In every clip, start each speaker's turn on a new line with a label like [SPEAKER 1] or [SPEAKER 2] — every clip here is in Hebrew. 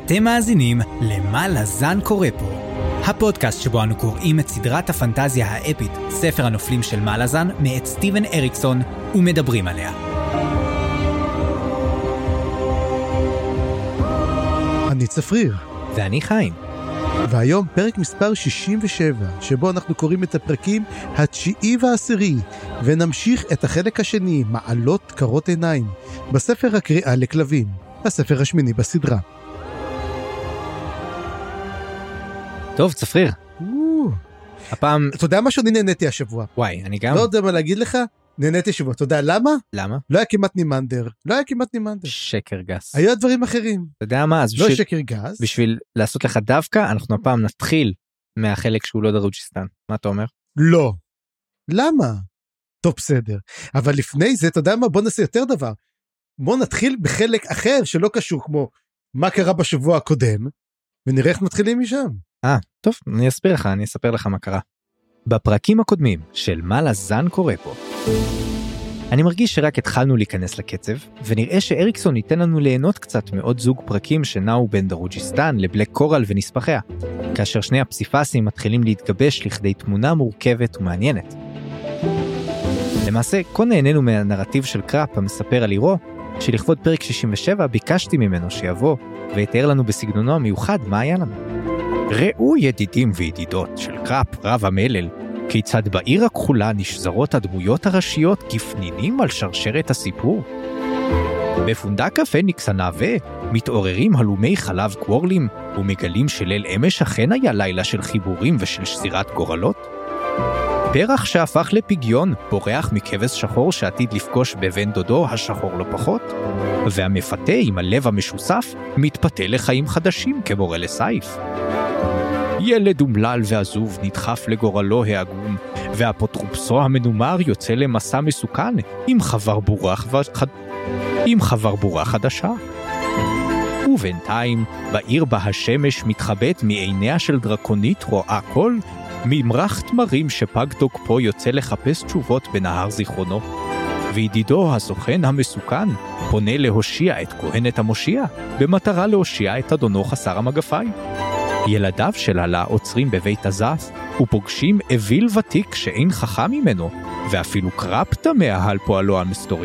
[SPEAKER 1] אתם מאזינים למה לזן קורא פה, הפודקאסט שבו אנו קוראים את סדרת הפנטזיה האפית, ספר הנופלים של מה לזן, מאת סטיבן אריקסון, ומדברים עליה.
[SPEAKER 2] אני צפריר.
[SPEAKER 1] ואני חיים.
[SPEAKER 2] והיום פרק מספר 67, שבו אנחנו קוראים את הפרקים התשיעי והעשירי, ונמשיך את החלק השני, מעלות קרות עיניים, בספר הקריאה לכלבים, הספר השמיני בסדרה.
[SPEAKER 1] טוב, צפריר. הפעם...
[SPEAKER 2] אתה יודע משהו? אני נהניתי השבוע.
[SPEAKER 1] וואי, אני גם...
[SPEAKER 2] לא יודע מה להגיד לך, נהניתי השבוע. אתה יודע למה?
[SPEAKER 1] למה?
[SPEAKER 2] לא היה כמעט נימנדר.
[SPEAKER 1] שקר גס.
[SPEAKER 2] היו דברים אחרים.
[SPEAKER 1] אתה יודע מה? אז
[SPEAKER 2] לא שקר גס.
[SPEAKER 1] בשביל לעשות לך דווקא, אנחנו הפעם נתחיל מהחלק שהוא לא דרוג'יסטן. מה אתה אומר?
[SPEAKER 2] לא. למה? טוב, בסדר. אבל לפני זה, אתה יודע מה? בוא נעשה יותר דבר. בוא נתחיל בחלק אחר שלא קשור, כמו מה קרה בשבוע הקודם, ונראה איך מתחילים משם.
[SPEAKER 1] טוב, אני אספר לך מה קרה. בפרקים הקודמים של מה לזן קורא פה, אני מרגיש שרק התחלנו להיכנס לקצב, ונראה שאריקסון ייתן לנו ליהנות קצת מעוד זוג פרקים שנעו בין דרוג'יסטן לבלק קורל ונספחיה, כאשר שני הפסיפסים מתחילים להתגבש לכדי תמונה מורכבת ומעניינת. למעשה, כה נהנינו מהנרטיב של קראפ המספר על עירו, שלכבוד פרק 67 ביקשתי ממנו שיבוא, ויתאר לנו בסגנונו המיוחד מה היה לנו. ראו ידידים וידידות של קראפ רב המלל, כיצד בעיר הכחולה נשזרות הדמויות הראשיות כפנינים על שרשרת הסיפור. בפונדק הפניקס הנעווה מתעוררים הלומי חלב קוורלים, ומגלים שליל אמש אכן היה לילה של חיבורים ושל שזירת גורלות. פרח שהפך לפגיון בורח מכבש שחור שעתיד לפגוש בבן דודו השחור לא פחות, והמפתה עם הלב המשוסף מתפתה לחיים חדשים כמורה לסייף. ילד אומלל ועזוב נדחף לגורלו העגום, והאפוטרופסו המנומר יוצא למסע מסוכן עם חבר בורה חדשה. ובינתיים, בעיר בה השמש מתחבאת מעיניה של דרקונית רואה כל, ממרח תמרים שפג תוקפו יוצא לחפש תשובות בנהר זיכרונו. וידידו הסוכן המסוכן פונה להושיע את כהנת המושיע, במטרה להושיע את אדונו חסר המגפיים. ילדיו של הלה עוצרים בבית הזף, ופוגשים אביל ותיק שאין חכם ממנו, ואפילו קראפ תמה על פועלו המסתורי.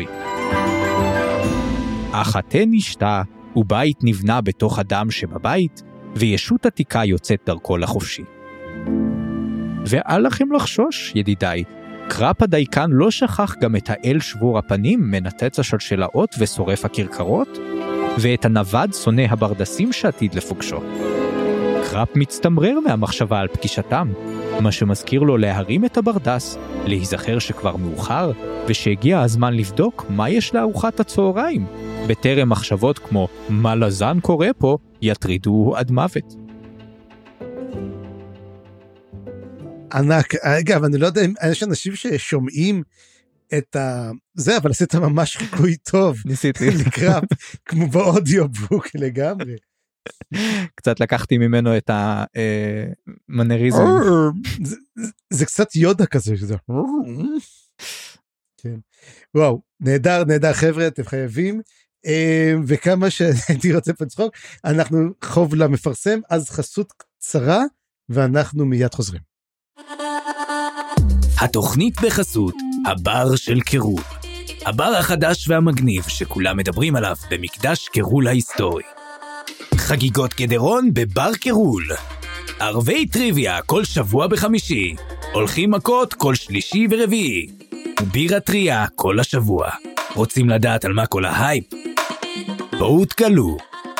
[SPEAKER 1] אך התן נשתה, ובית נבנה בתוך הדם שבבית, וישות עתיקה יוצאת דרכו לחופשי. ואל לכם לחשוש, ידידיי, קראפ הדייקן לא שכח גם את האל שבור הפנים, מנתץ השלשלאות ושורף הכרכרות, ואת הנווד שונא הברדסים שעתיד לפוגשו. קראפ מצטמרר מהמחשבה על פגישתם, מה שמזכיר לו להרים את הברדס, להיזכר שכבר מאוחר, ושהגיע הזמן לבדוק מה יש לארוחת הצהריים, בטרם מחשבות כמו מה לזן קורא פה יטרידו עד מוות.
[SPEAKER 2] ענק, אגב, אני לא יודע אם יש אנשים ששומעים את זה, אבל עשית ממש חיקוי טוב.
[SPEAKER 1] ניסיתי.
[SPEAKER 2] לקראפ, כמו באודיובוק לגמרי.
[SPEAKER 1] קצת לקחתי ממנו את המנריזם.
[SPEAKER 2] זה קצת יודה כזה. וואו, נהדר חבר'ה, אתם חייבים. וכמה שהייתי רוצה לצחוק, אנחנו חוב למפרסם, אז חסות קצרה, ואנחנו מיד חוזרים.
[SPEAKER 3] התוכנית בחסות הבר של קירול, הבר החדש והמגניב שכולם מדברים עליו במקדש קירול ההיסטורי. חגיגות גדרון בבר קירול, ערבי טריוויה כל שבוע בחמישי, הולכים מכות כל שלישי ורביעי, ובירה טריה כל השבוע. רוצים לדעת על מה כל ההייפ? בואו תגלו.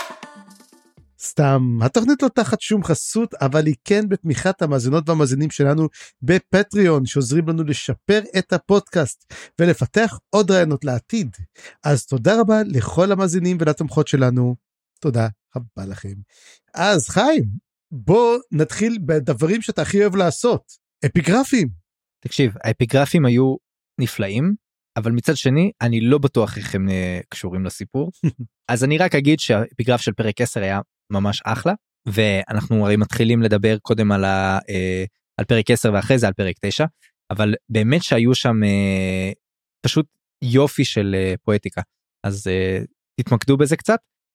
[SPEAKER 2] סתם, התוכנית לא תחת שום חסות, אבל היא כן בתמיכת המאזינות והמאזינים שלנו בפטריון, שעוזרים לנו לשפר את הפודקאסט ולפתח עוד רעיונות לעתיד. אז תודה רבה לכל המאזינים ולתומכות שלנו. תודה רבה לכם. אז חיים, בוא נתחיל בדברים שאתה הכי אוהב לעשות. אפיגרפים.
[SPEAKER 1] תקשיב, האפיגרפים היו נפלאים, אבל מצד שני, אני לא בטוח איך הם קשורים לסיפור. אז אני רק אגיד שהאפיגרף של פרק 10 היה ממש אחלה, ואנחנו הרי מתחילים לדבר קודם על פרק 10 ואחרי זה על פרק 9, אבל באמת שהיו שם פשוט יופי של פואטיקה, אז תתמקדו בזה קצת.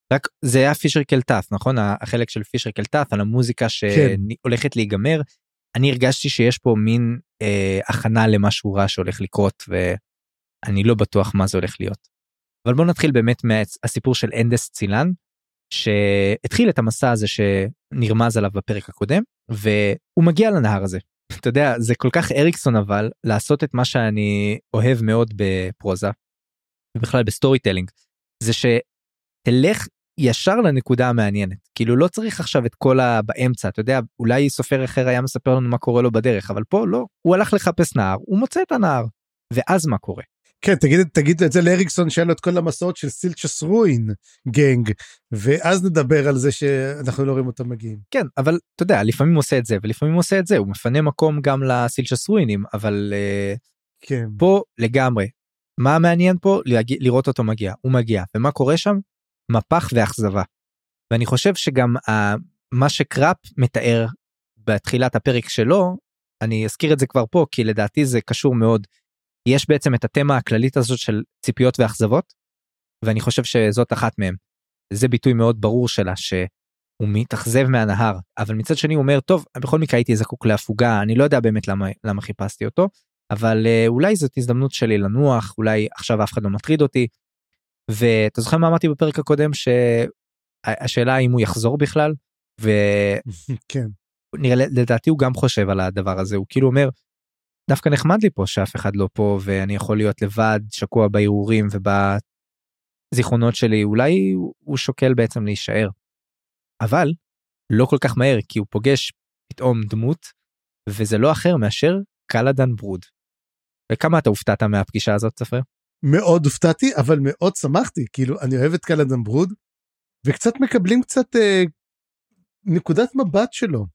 [SPEAKER 1] רק זה היה פישר קלטף, נכון? החלק של פישר קלטף, על המוזיקה שהולכת להיגמר, אני הרגשתי שיש פה מין הכנה למשהו רע שהולך לקרות, ואני לא בטוח מה זה הולך להיות. אבל בואו נתחיל באמת מהסיפור של אנדס צילן, שהתחיל את המסע הזה שנרמז עליו בפרק הקודם, והוא מגיע לנהר הזה. אתה יודע, זה כל כך אריקסון אבל, לעשות את מה שאני אוהב מאוד בפרוזה, ובכלל בסטורי טלינג, זה שתלך ישר לנקודה המעניינת. כאילו לא צריך עכשיו את כל באמצע, אתה יודע, אולי סופר אחר היה מספר לנו מה קורה לו בדרך, אבל פה לא, הוא הלך לחפש נהר, הוא מוצא את הנהר, ואז מה קורה?
[SPEAKER 2] כן, תגיד את זה לאריקסון שהיה לו את כל המסעות של סילצ'ס רוין גנג, ואז נדבר על זה שאנחנו לא רואים אותם מגיעים.
[SPEAKER 1] כן, אבל אתה יודע, לפעמים עושה את זה, ולפעמים עושה את זה, הוא מפנה מקום גם לסילצ'ס רוינים, אבל
[SPEAKER 2] כן.
[SPEAKER 1] פה לגמרי, מה מעניין פה? לראות אותו מגיע, הוא מגיע, ומה קורה שם? מפח ואכזבה. ואני חושב שגם מה שקראפ מתאר בתחילת הפרק שלו, אני אזכיר את זה כבר פה, כי לדעתי זה קשור מאוד, יש בעצם את התמה הכללית הזאת של ציפיות ואכזבות, ואני חושב שזאת אחת מהם. זה ביטוי מאוד ברור שלה, שהוא מתאכזב מהנהר, אבל מצד שני הוא אומר, טוב, בכל מקרה הייתי זקוק להפוגה, אני לא יודע באמת למה חיפשתי אותו, אבל אולי זאת הזדמנות שלי לנוח, אולי עכשיו אף אחד לא מטריד אותי, ואתה זוכר מה אמרתי בפרק הקודם, שהשאלה אם הוא יחזור בכלל,
[SPEAKER 2] כן.
[SPEAKER 1] לדעתי הוא גם חושב על הדבר הזה, הוא כאילו אומר, דווקא נחמד לי פה שאף אחד לא פה, ואני יכול להיות לבד, שקוע בערעורים ובזיכרונות שלי, אולי הוא שוקל בעצם להישאר. אבל לא כל כך מהר, כי הוא פוגש פתאום דמות, וזה לא אחר מאשר קלאדן ברוד. וכמה אתה הופתעת מהפגישה הזאת, ספר?
[SPEAKER 2] מאוד הופתעתי, אבל מאוד שמחתי, כאילו אני אוהב את קלאדן ברוד, וקצת מקבלים קצת נקודת מבט שלו.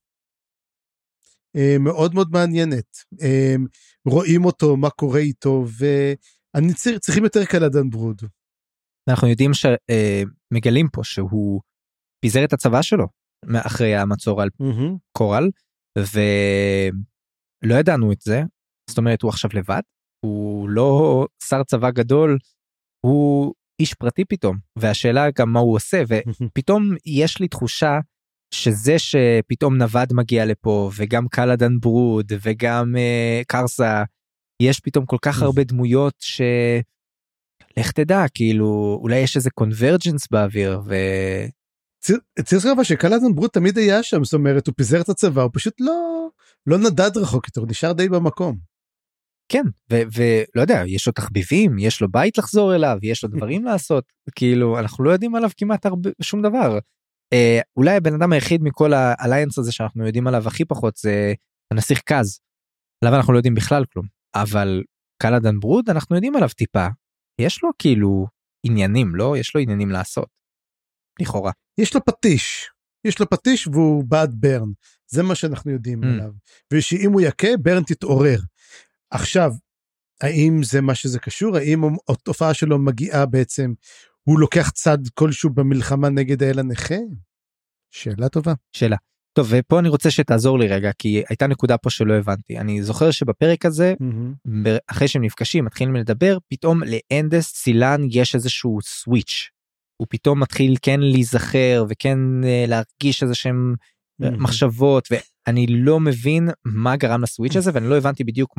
[SPEAKER 2] מאוד מאוד מעניינת, רואים אותו, מה קורה איתו, ואני צריכים יותר קלאדן ברוד.
[SPEAKER 1] אנחנו יודעים שמגלים פה שהוא פיזר את הצבא שלו, אחרי המצור על קורל, ולא ידענו את זה, זאת אומרת הוא עכשיו לבד, הוא לא שר צבא גדול, הוא איש פרטי פתאום, והשאלה גם מה הוא עושה, ופתאום יש לי תחושה, שזה שפתאום נווד מגיע לפה, וגם קלאדן ברוד, וגם קרסה, יש פתאום כל כך הרבה דמויות, לך תדע, כאילו, אולי יש איזה קונברג'נס באוויר,
[SPEAKER 2] צריך לראות שקלאדן ברוד תמיד היה שם, זאת אומרת, הוא פיזר את הצבא, הוא פשוט לא נדד רחוק יותר, הוא נשאר די במקום.
[SPEAKER 1] כן, ולא יודע, יש לו תחביבים, יש לו בית לחזור אליו, יש לו דברים לעשות, כאילו, אנחנו לא יודעים עליו כמעט שום דבר. אולי הבן אדם היחיד מכל האליינס הזה שאנחנו יודעים עליו הכי פחות זה הנסיך קז, עליו אנחנו לא יודעים בכלל כלום, אבל קלאדן ברוד אנחנו יודעים עליו טיפה, יש לו כאילו עניינים, לא? יש לו עניינים לעשות, לכאורה.
[SPEAKER 2] יש לו פטיש והוא בעד ברן, זה מה שאנחנו יודעים עליו, ושאם הוא יקה ברן תתעורר. עכשיו, האם זה מה שזה קשור? האם התופעה שלו מגיעה בעצם, הוא לוקח צד כלשהו במלחמה נגד האל הנכה? שאלה טובה.
[SPEAKER 1] שאלה. טוב, ופה אני רוצה שתעזור לי רגע, כי הייתה נקודה פה שלא הבנתי. אני זוכר שבפרק הזה, אחרי שהם נפגשים, מתחילים לדבר, פתאום לאנדס צילן יש איזשהו סוויץ'. הוא פתאום מתחיל כן להיזכר, וכן להרגיש איזשהם מחשבות, ואני לא מבין מה גרם לסוויץ' הזה, ואני לא הבנתי בדיוק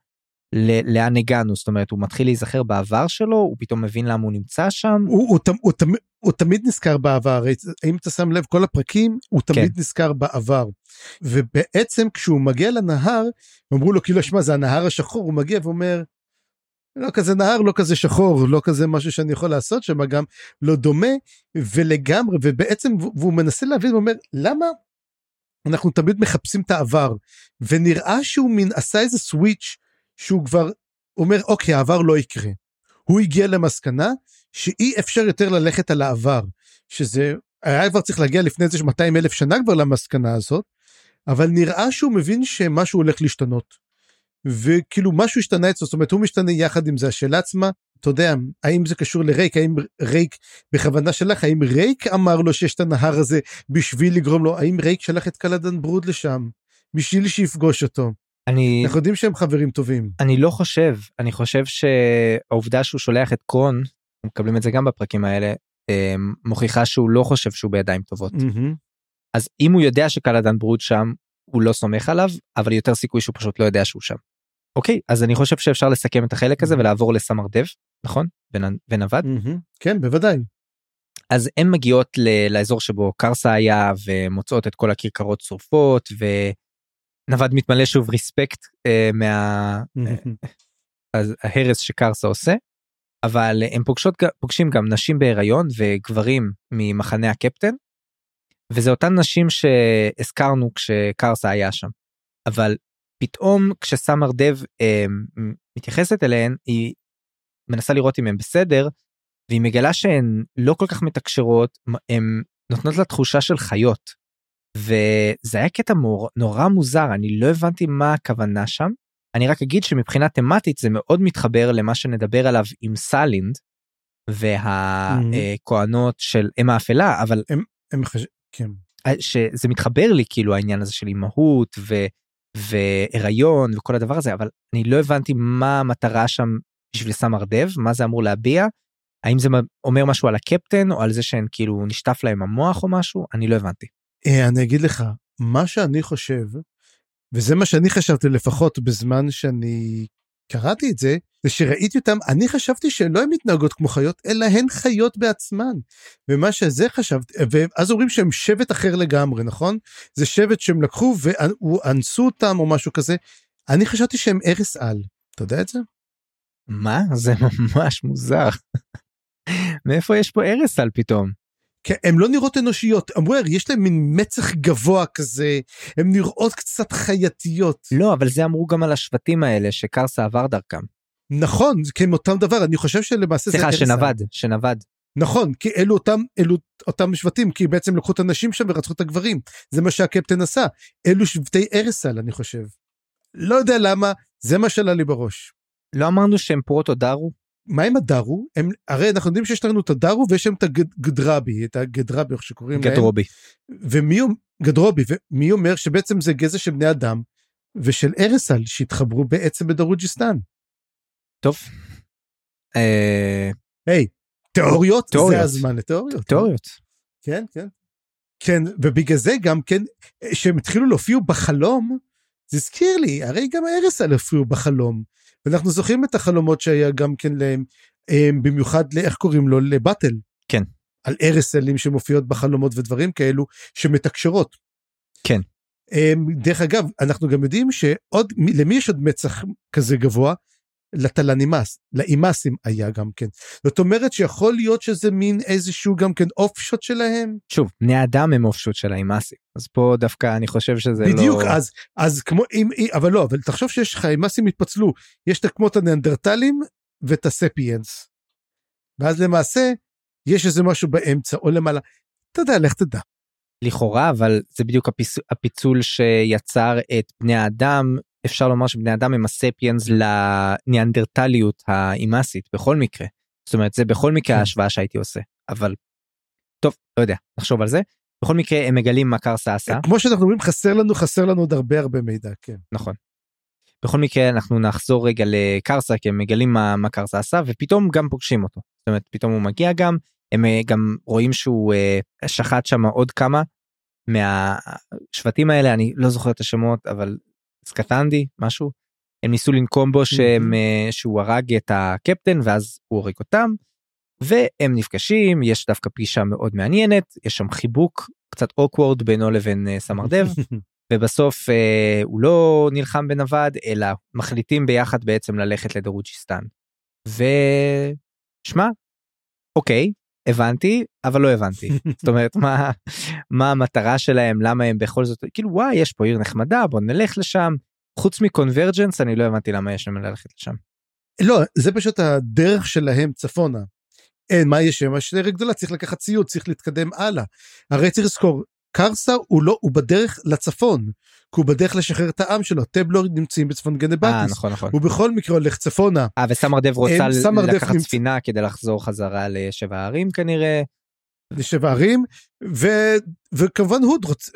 [SPEAKER 1] לאן הגענו, זאת אומרת, הוא מתחיל להיזכר בעבר שלו, הוא פתאום מבין למה הוא נמצא שם.
[SPEAKER 2] הוא תמיד נזכר בעבר, אם אתה שם לב, כל הפרקים, הוא תמיד נזכר בעבר, ובעצם כשהוא מגיע לנהר, אמרו לו, כאילו, שמה, זה הנהר השחור, הוא מגיע ואומר, לא כזה נהר, לא כזה שחור, לא כזה משהו שאני יכול לעשות, שמה גם לא דומה, ולגמרי, ובעצם, והוא מנסה להבין, הוא אומר, למה אנחנו תמיד מחפשים את העבר, ונראה שהוא עשה איזה סוויץ', שהוא כבר אומר, אוקיי, העבר לא יקרה. הוא הגיע למסקנה שאי אפשר יותר ללכת על העבר, שזה, היה כבר צריך להגיע לפני איזה 200,000 שנה כבר למסקנה הזאת, אבל נראה שהוא מבין שמשהו הולך להשתנות, וכאילו משהו השתנה אצלו, זאת אומרת, הוא משתנה יחד עם זה, השאלה עצמה, אתה יודע, האם זה קשור לרייק, האם רייק בכוונה שלך, האם רייק אמר לו שיש את הנהר הזה, בשביל לגרום לו, האם רייק שלח את קלאדן ברוד לשם, בשביל שיפגוש אותו, אנחנו יודעים שהם חברים טובים.
[SPEAKER 1] אני לא חושב, אני חושב שהעובדה שהוא שולח את קרון, מקבלים את זה גם בפרקים האלה, מוכיחה שהוא לא חושב שהוא בידיים טובות. אז אם הוא יודע שקלדן ברוד שם, הוא לא סומך עליו, אבל יותר סיכוי שהוא פשוט לא יודע שהוא שם. אוקיי, אז אני חושב שאפשר לסכם את החלק הזה ולעבור לסמרדב, נכון? ונווד?
[SPEAKER 2] כן, בוודאי.
[SPEAKER 1] אז הן מגיעות לאזור שבו קרסה היה, ומוצאות את כל הכרכרות שורפות, ונווד מתמלא שוב ריספקט מההרס שקרסה עושה, אבל הם פוגשים גם נשים בהיריון וגברים ממחנה הקפטן, וזה אותן נשים שהזכרנו כשקרסה היה שם. אבל פתאום כשסמרדב מתייחסת אליהן, היא מנסה לראות אם הן בסדר, והיא מגלה שהן לא כל כך מתקשרות, הן נותנות לה תחושה של חיות. וזה היה קטע נורא מוזר, אני לא הבנתי מה הכוונה שם. אני רק אגיד שמבחינה תמטית זה מאוד מתחבר למה שנדבר עליו עם סלינד, והכהנות של אם האפלה, אבל
[SPEAKER 2] כן.
[SPEAKER 1] שזה מתחבר לי כאילו העניין הזה של אימהות והיריון וכל הדבר הזה, אבל אני לא הבנתי מה המטרה שם בשביל סמרדב, מה זה אמור להביע, האם זה אומר משהו על הקפטן או על זה שהן כאילו נשטף להם המוח או משהו, אני לא הבנתי.
[SPEAKER 2] אני אגיד לך, מה שאני חושב, וזה מה שאני חשבתי לפחות בזמן שאני קראתי את זה, זה שראיתי אותם, אני חשבתי שלא הן מתנהגות כמו חיות, אלא הן חיות בעצמן. ומה שזה חשבתי, ואז אומרים שהם שבט אחר לגמרי, נכון? זה שבט שהם לקחו ואנסו אותם או משהו כזה. אני חשבתי שהם ערס על. אתה יודע את זה?
[SPEAKER 1] מה? זה ממש מוזר. מאיפה יש פה ערס על פתאום?
[SPEAKER 2] כי הן לא נראות אנושיות, אמרו, יש להם מין מצח גבוה כזה, הן נראות קצת חייתיות.
[SPEAKER 1] לא, אבל זה אמרו גם על השבטים האלה שקרסה עבר דרכם.
[SPEAKER 2] נכון, כי הם אותם דבר, אני חושב שלמעשה
[SPEAKER 1] סליחה, שנבד.
[SPEAKER 2] נכון, כי אלו אותם שבטים, כי בעצם לקחו את הנשים שם ורצחו את הגברים, זה מה שהקפטן עשה, אלו שבטי ארסל, אני חושב. לא יודע למה, זה מה שעלה לי בראש.
[SPEAKER 1] לא אמרנו שהם פרוטו דארו?
[SPEAKER 2] מה הם הדארו? הרי אנחנו יודעים שיש לנו את הדארו, ויש להם את הגדרבי, איך שקוראים להם. גדרובי, ומי אומר שבעצם זה גזע של בני אדם, ושל ארסל, שהתחברו בעצם בדרוג'יסטן.
[SPEAKER 1] טוב.
[SPEAKER 2] היי, תיאוריות, זה הזמן לתיאוריות.
[SPEAKER 1] תיאוריות.
[SPEAKER 2] כן, כן. כן, ובגלל זה גם כן, שהם התחילו להופיע בחלום, זה הזכיר לי, הרי גם הארסל הופיעו בחלום, ואנחנו זוכרים את החלומות שהיה גם כן להם, במיוחד לאיך קוראים לו, לבטל.
[SPEAKER 1] כן.
[SPEAKER 2] על ארסלים שמופיעות בחלומות ודברים כאלו, שמתקשרות.
[SPEAKER 1] כן.
[SPEAKER 2] דרך אגב, אנחנו גם יודעים שעוד, למי יש עוד מצח כזה גבוה? לטלנימאס, לאימאסים היה גם כן. זאת אומרת שיכול להיות שזה מין איזשהו גם כן אופשוט שלהם.
[SPEAKER 1] שוב, בני אדם הם אופשוט של האימאסים. אז פה דווקא אני חושב שזה
[SPEAKER 2] בדיוק,
[SPEAKER 1] לא...
[SPEAKER 2] בדיוק, אז כמו, אבל לא, אבל תחשוב שיש לך, האימאסים התפצלו, יש כמו את הניאנדרטלים ואת הספיאנס. ואז למעשה, יש איזה משהו באמצע או למעלה. אתה יודע, לך תדע.
[SPEAKER 1] לכאורה, אבל זה בדיוק הפיצול שיצר את בני האדם, אפשר לומר שבני אדם הם הספיאנס לניאנדרטליות האימאסית, בכל מקרה. זאת אומרת, זה בכל מקרה ההשוואה שהייתי עושה. אבל, טוב, לא יודע, נחשוב על זה. בכל מקרה, הם מגלים מה קרסה עשה.
[SPEAKER 2] כמו שאנחנו אומרים, חסר לנו עוד הרבה מידע, כן.
[SPEAKER 1] נכון. בכל מקרה, אנחנו נחזור רגע לקרסה, כי הם מגלים מה קרסה עשה, ופתאום גם פוגשים אותו. זאת אומרת, פתאום הוא מגיע גם, הם גם רואים שהוא שחט שם עוד כמה מהשבטים האלה, אני לא זוכר את השמות, אבל סקטנדי, משהו, הם ניסו לנקום בו שהוא הרג את הקפטן, ואז הוא הורג אותם, והם נפגשים, יש דווקא פגישה מאוד מעניינת, יש שם חיבוק קצת אוקוורד בינו לבין סמרדב, ובסוף הוא לא נלחם בנווד, אלא מחליטים ביחד בעצם ללכת לדרוג'יסטן. ושמע, אוקיי, הבנתי, אבל לא הבנתי. זאת אומרת, מה המטרה שלהם, למה הם בכל זאת, כאילו וואי, יש פה עיר נחמדה, בוא נלך לשם, חוץ מקונברג'נס, אני לא הבנתי למה יש להם ללכת לשם.
[SPEAKER 2] לא, זה פשוט הדרך שלהם צפונה. אין, מה יש שם? יש דרך גדולה, צריך לקחת ציוד, צריך להתקדם הלאה. הרי צריך לזכור, קרסה הוא בדרך לצפון, כי הוא בדרך לשחרר את העם שלו, טבלור נמצאים בצפון גנבטיס.
[SPEAKER 1] נכון.
[SPEAKER 2] הוא בכל מקרה הולך צפונה.
[SPEAKER 1] וסמרדב רוצה לקחת ספינה כדי לחזור חזרה לשבע הערים כנראה.
[SPEAKER 2] לשבע הערים, וכמובן הוד רוצה,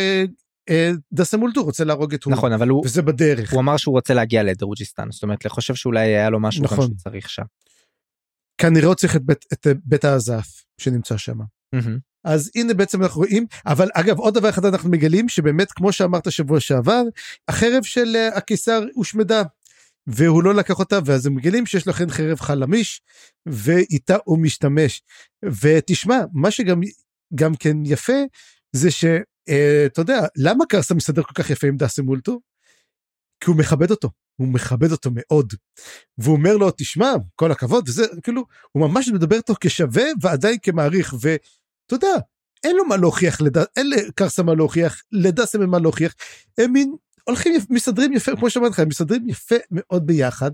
[SPEAKER 2] דסמולדור רוצה להרוג את הוד.
[SPEAKER 1] נכון, אבל
[SPEAKER 2] וזה בדרך.
[SPEAKER 1] הוא אמר שהוא רוצה להגיע לדרוג'יסטן, זאת אומרת, לחושב שאולי היה לו משהו שהוא צריך שם.
[SPEAKER 2] כנראה עוד צריך את בית הזף שנמצא שם. אז הנה בעצם אנחנו רואים, אבל אגב עוד דבר אחד אנחנו מגלים שבאמת כמו שאמרת שבוע שעבר, החרב של הקיסר הושמדה, והוא לא לקח אותה, ואז הם מגלים שיש לכן חרב חלמיש, ואיתה הוא משתמש. ותשמע, מה שגם כן יפה, זה אתה יודע, למה קרסה מסתדר כל כך יפה עם דאסמולטו? כי הוא מכבד אותו, הוא מכבד אותו מאוד, והוא אומר לו, תשמע, כל הכבוד, וזה כאילו, הוא ממש מדבר איתו כשווה, ועדיין כמעריך, ואתה יודע, אין לו מה להוכיח, אין לקרסה מה להוכיח, לדאסם מה להוכיח, הם הולכים, מסתדרים יפה, כמו שאמרתי לך, הם מסתדרים יפה מאוד ביחד,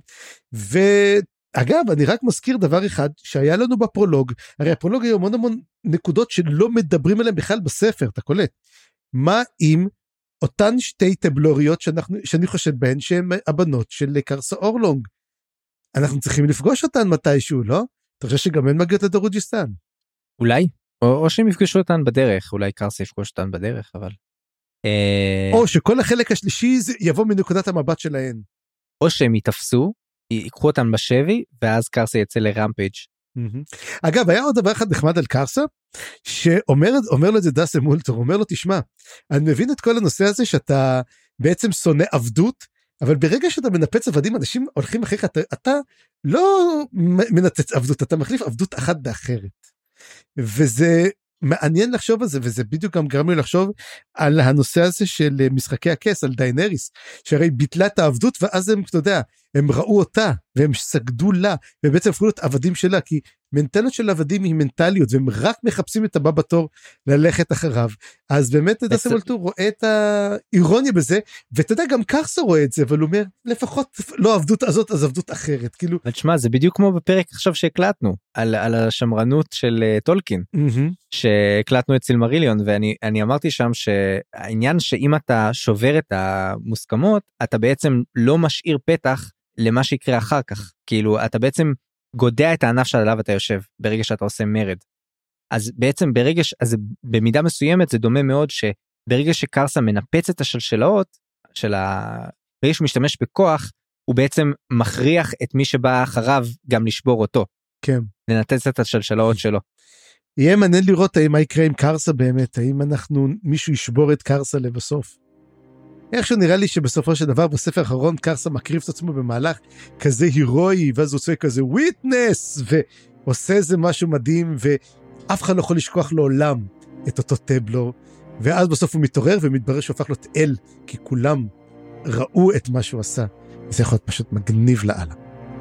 [SPEAKER 2] ואגב, אני רק מזכיר דבר אחד, שהיה לנו בפרולוג, הרי הפרולוג היה המון נקודות שלא מדברים עליהן בכלל בספר, אתה קולט, מה אם אותן שתי טבלוריות שאני חושד בהן, שהן הבנות של קרסה אורלונג, אנחנו צריכים לפגוש אותן מתישהו, לא? אתה חושב שגם הן מגיעות לדרוג'יסטן?
[SPEAKER 1] אולי, או שהם יפגשו אותן בדרך, אולי קרסה יפגוש אותן בדרך, אבל...
[SPEAKER 2] או שכל החלק השלישי יבוא מנקודת המבט שלהן.
[SPEAKER 1] או שהם יתפסו, ייקחו אותן בשבי, ואז קרסה יצא לרמפייג'.
[SPEAKER 2] אגב, היה עוד דבר אחד נחמד על קרסה, שאומר לו את זה דאסמולטו, אומר לו, תשמע, אני מבין את כל הנושא הזה, שאתה בעצם שונא עבדות, אבל ברגע שאתה מנפץ עבדים, אנשים הולכים אחריך, אתה לא מנפץ עבדות, אתה מחליף עבדות אחת באחרת. וזה מעניין לחשוב על זה, וזה בדיוק גם גרם לי לחשוב על הנושא הזה של משחקי הכס, על דיינריס, שהרי ביטלה את העבדות, ואז הם, אתה יודע, הם ראו אותה, והם סגדו לה, ובעצם הפכו להיות עבדים שלה, כי מנטליות של עבדים היא מנטליות, והם רק מחפשים את הבא בתור ללכת אחריו, אז באמת דאסמולטו רואה את האירוניה בזה, ואתה יודע, גם קרסה רואה את זה, אבל הוא אומר, לפחות לא עבדות הזאת, אז עבדות אחרת, כאילו.
[SPEAKER 1] אבל תשמע, זה בדיוק כמו בפרק עכשיו שהקלטנו, על השמרנות של טולקין, שהקלטנו את סילמריליון, ואני אמרתי שם שהעניין שאם אתה שובר את המוסכמות, אתה בעצם לא משאיר פתח למה שיקרה אחר כך, כאילו אתה בעצם גודע את הענף שעליו אתה יושב, ברגע שאתה עושה מרד. אז בעצם אז במידה מסוימת זה דומה מאוד שברגע שקרסה מנפץ את השלשלאות, ברגע שהוא משתמש בכוח, הוא בעצם מכריח את מי שבא אחריו גם לשבור אותו.
[SPEAKER 2] כן.
[SPEAKER 1] לנתץ את השלשלאות שלו.
[SPEAKER 2] יהיה מעניין לראות מה יקרה עם קרסה באמת, האם מישהו ישבור את קרסה לבסוף. איכשהו נראה לי שבסופו של דבר בספר האחרון קרסה מקריב את עצמו במהלך כזה הירואי, ואז הוא עושה כזה וויטנס, ועושה איזה משהו מדהים, ואף אחד לא יכול לשכוח לעולם את אותו טבלור, ואז בסוף הוא מתעורר ומתברר שהוא הפך להיות אל, כי כולם ראו את מה שהוא עשה, וזה יכול להיות פשוט מגניב לאללה.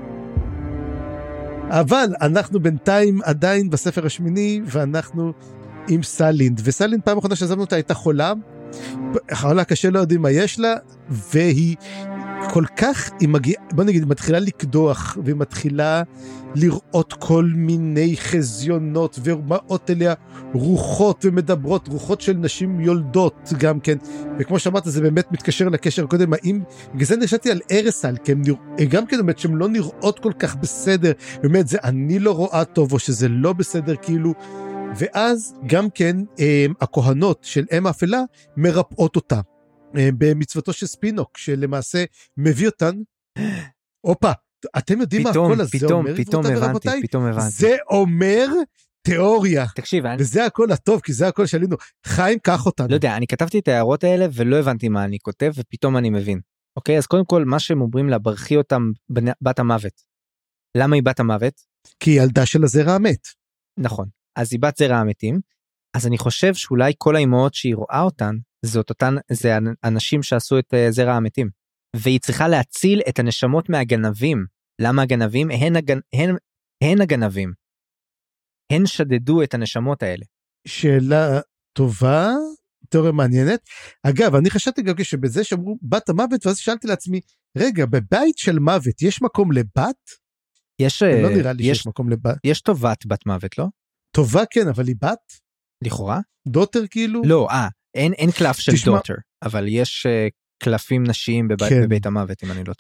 [SPEAKER 2] אבל אנחנו בינתיים עדיין בספר השמיני, ואנחנו עם סלינד, וסלינד פעם אחרונה שעזבנו אותה הייתה חולה, חולה קשה לא יודעים מה יש לה, והיא כל כך, בוא נגיד, מתחילה לקדוח, והיא מתחילה לראות כל מיני חזיונות, ובאות אליה רוחות ומדברות, רוחות של נשים יולדות גם כן, וכמו שאמרת זה באמת מתקשר לקשר קודם, האם, גזן נרשתי על ארסל, כי הם גם כן באמת שהן לא נראות כל כך בסדר, באמת זה אני לא רואה טוב, או שזה לא בסדר כאילו, ואז גם כן הכהנות של אם האפלה מרפאות אותה, במצוותו של ספינוק, שלמעשה מביא אותן, אופה, אתם יודעים מה הכל הזה אומר?
[SPEAKER 1] פתאום הבנתי.
[SPEAKER 2] זה אומר תיאוריה.
[SPEAKER 1] תקשיב,
[SPEAKER 2] וזה הכל הטוב, כי זה הכל שעלינו. חיים, קח אותנו.
[SPEAKER 1] לא יודע, אני כתבתי את ההערות האלה, ולא הבנתי מה אני כותב, ופתאום אני מבין. אוקיי, אז קודם כל, מה שהם אומרים לה, ברכי אותם בת המוות. למה היא בת המוות?
[SPEAKER 2] כי היא ילדה של הזרע המת.
[SPEAKER 1] נכון. אז היא בת זרע המתים, אז אני חושב שאולי כל האימהות שהיא רואה אותן, זה אנשים שעשו את זרע המתים, והיא צריכה להציל את הנשמות מהגנבים. למה הגנבים? הן הגנבים. הן שדדו את הנשמות האלה.
[SPEAKER 2] שאלה טובה, תיאוריה מעניינת. אגב, אני חשבתי גם שבזה שאמרו בת המוות, ואז שאלתי לעצמי, רגע, בבית של מוות יש מקום לבת? לא נראה לי שיש מקום לבת.
[SPEAKER 1] יש טובת בת מוות, לא?
[SPEAKER 2] טובה כן, אבל היא בת?
[SPEAKER 1] לכאורה?
[SPEAKER 2] דוטר כאילו?
[SPEAKER 1] לא, אין קלף של דוטר, אבל יש קלפים נשיים בבית המוות, אם אני לא טועה.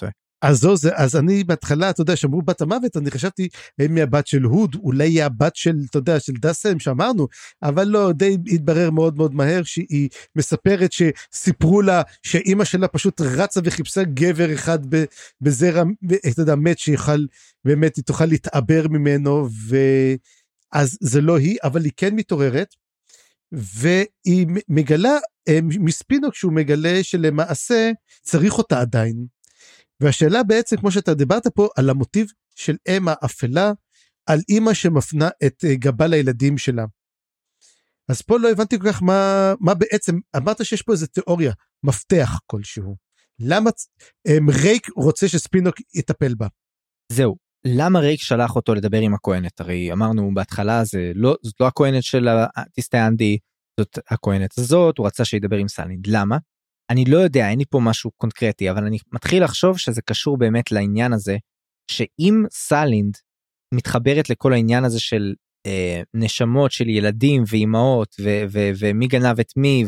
[SPEAKER 2] אז אני בהתחלה, אתה יודע, שאמרו בת המוות, אני חשבתי, הם מהבת של הוד, אולי היא הבת של, אתה יודע, של דסם שאמרנו, אבל לא, די התברר מאוד מאוד מהר, שהיא מספרת שסיפרו לה, שאימא שלה פשוט רצה וחיפשה גבר אחד בזרע, אתה יודע, מת שיוכל, באמת היא תוכל להתעבר ממנו, אז זה לא היא, אבל היא כן מתעוררת, והיא מגלה, מספינוק שהוא מגלה שלמעשה צריך אותה עדיין, והשאלה בעצם, כמו שאתה דיברת פה, על המוטיב של אם האפלה, על אמא שמפנה את גבה לילדים שלה. אז פה לא הבנתי כל כך מה בעצם, אמרת שיש פה איזו תיאוריה, מפתח כלשהו. למה רייק רוצה שספינוק יטפל בה?
[SPEAKER 1] זהו, למה רייק שלח אותו לדבר עם הכהנת? הרי אמרנו בהתחלה, זאת לא הכהנת של הטיסטיאנדי, זאת הכהנת הזאת, הוא רצה שידבר עם סלינד. למה? אני לא יודע, אין לי פה משהו קונקרטי, אבל אני מתחיל לחשוב שזה קשור באמת לעניין הזה, שאם סלינד מתחברת לכל העניין הזה של נשמות של ילדים ואימהות, ומי גנב את מי,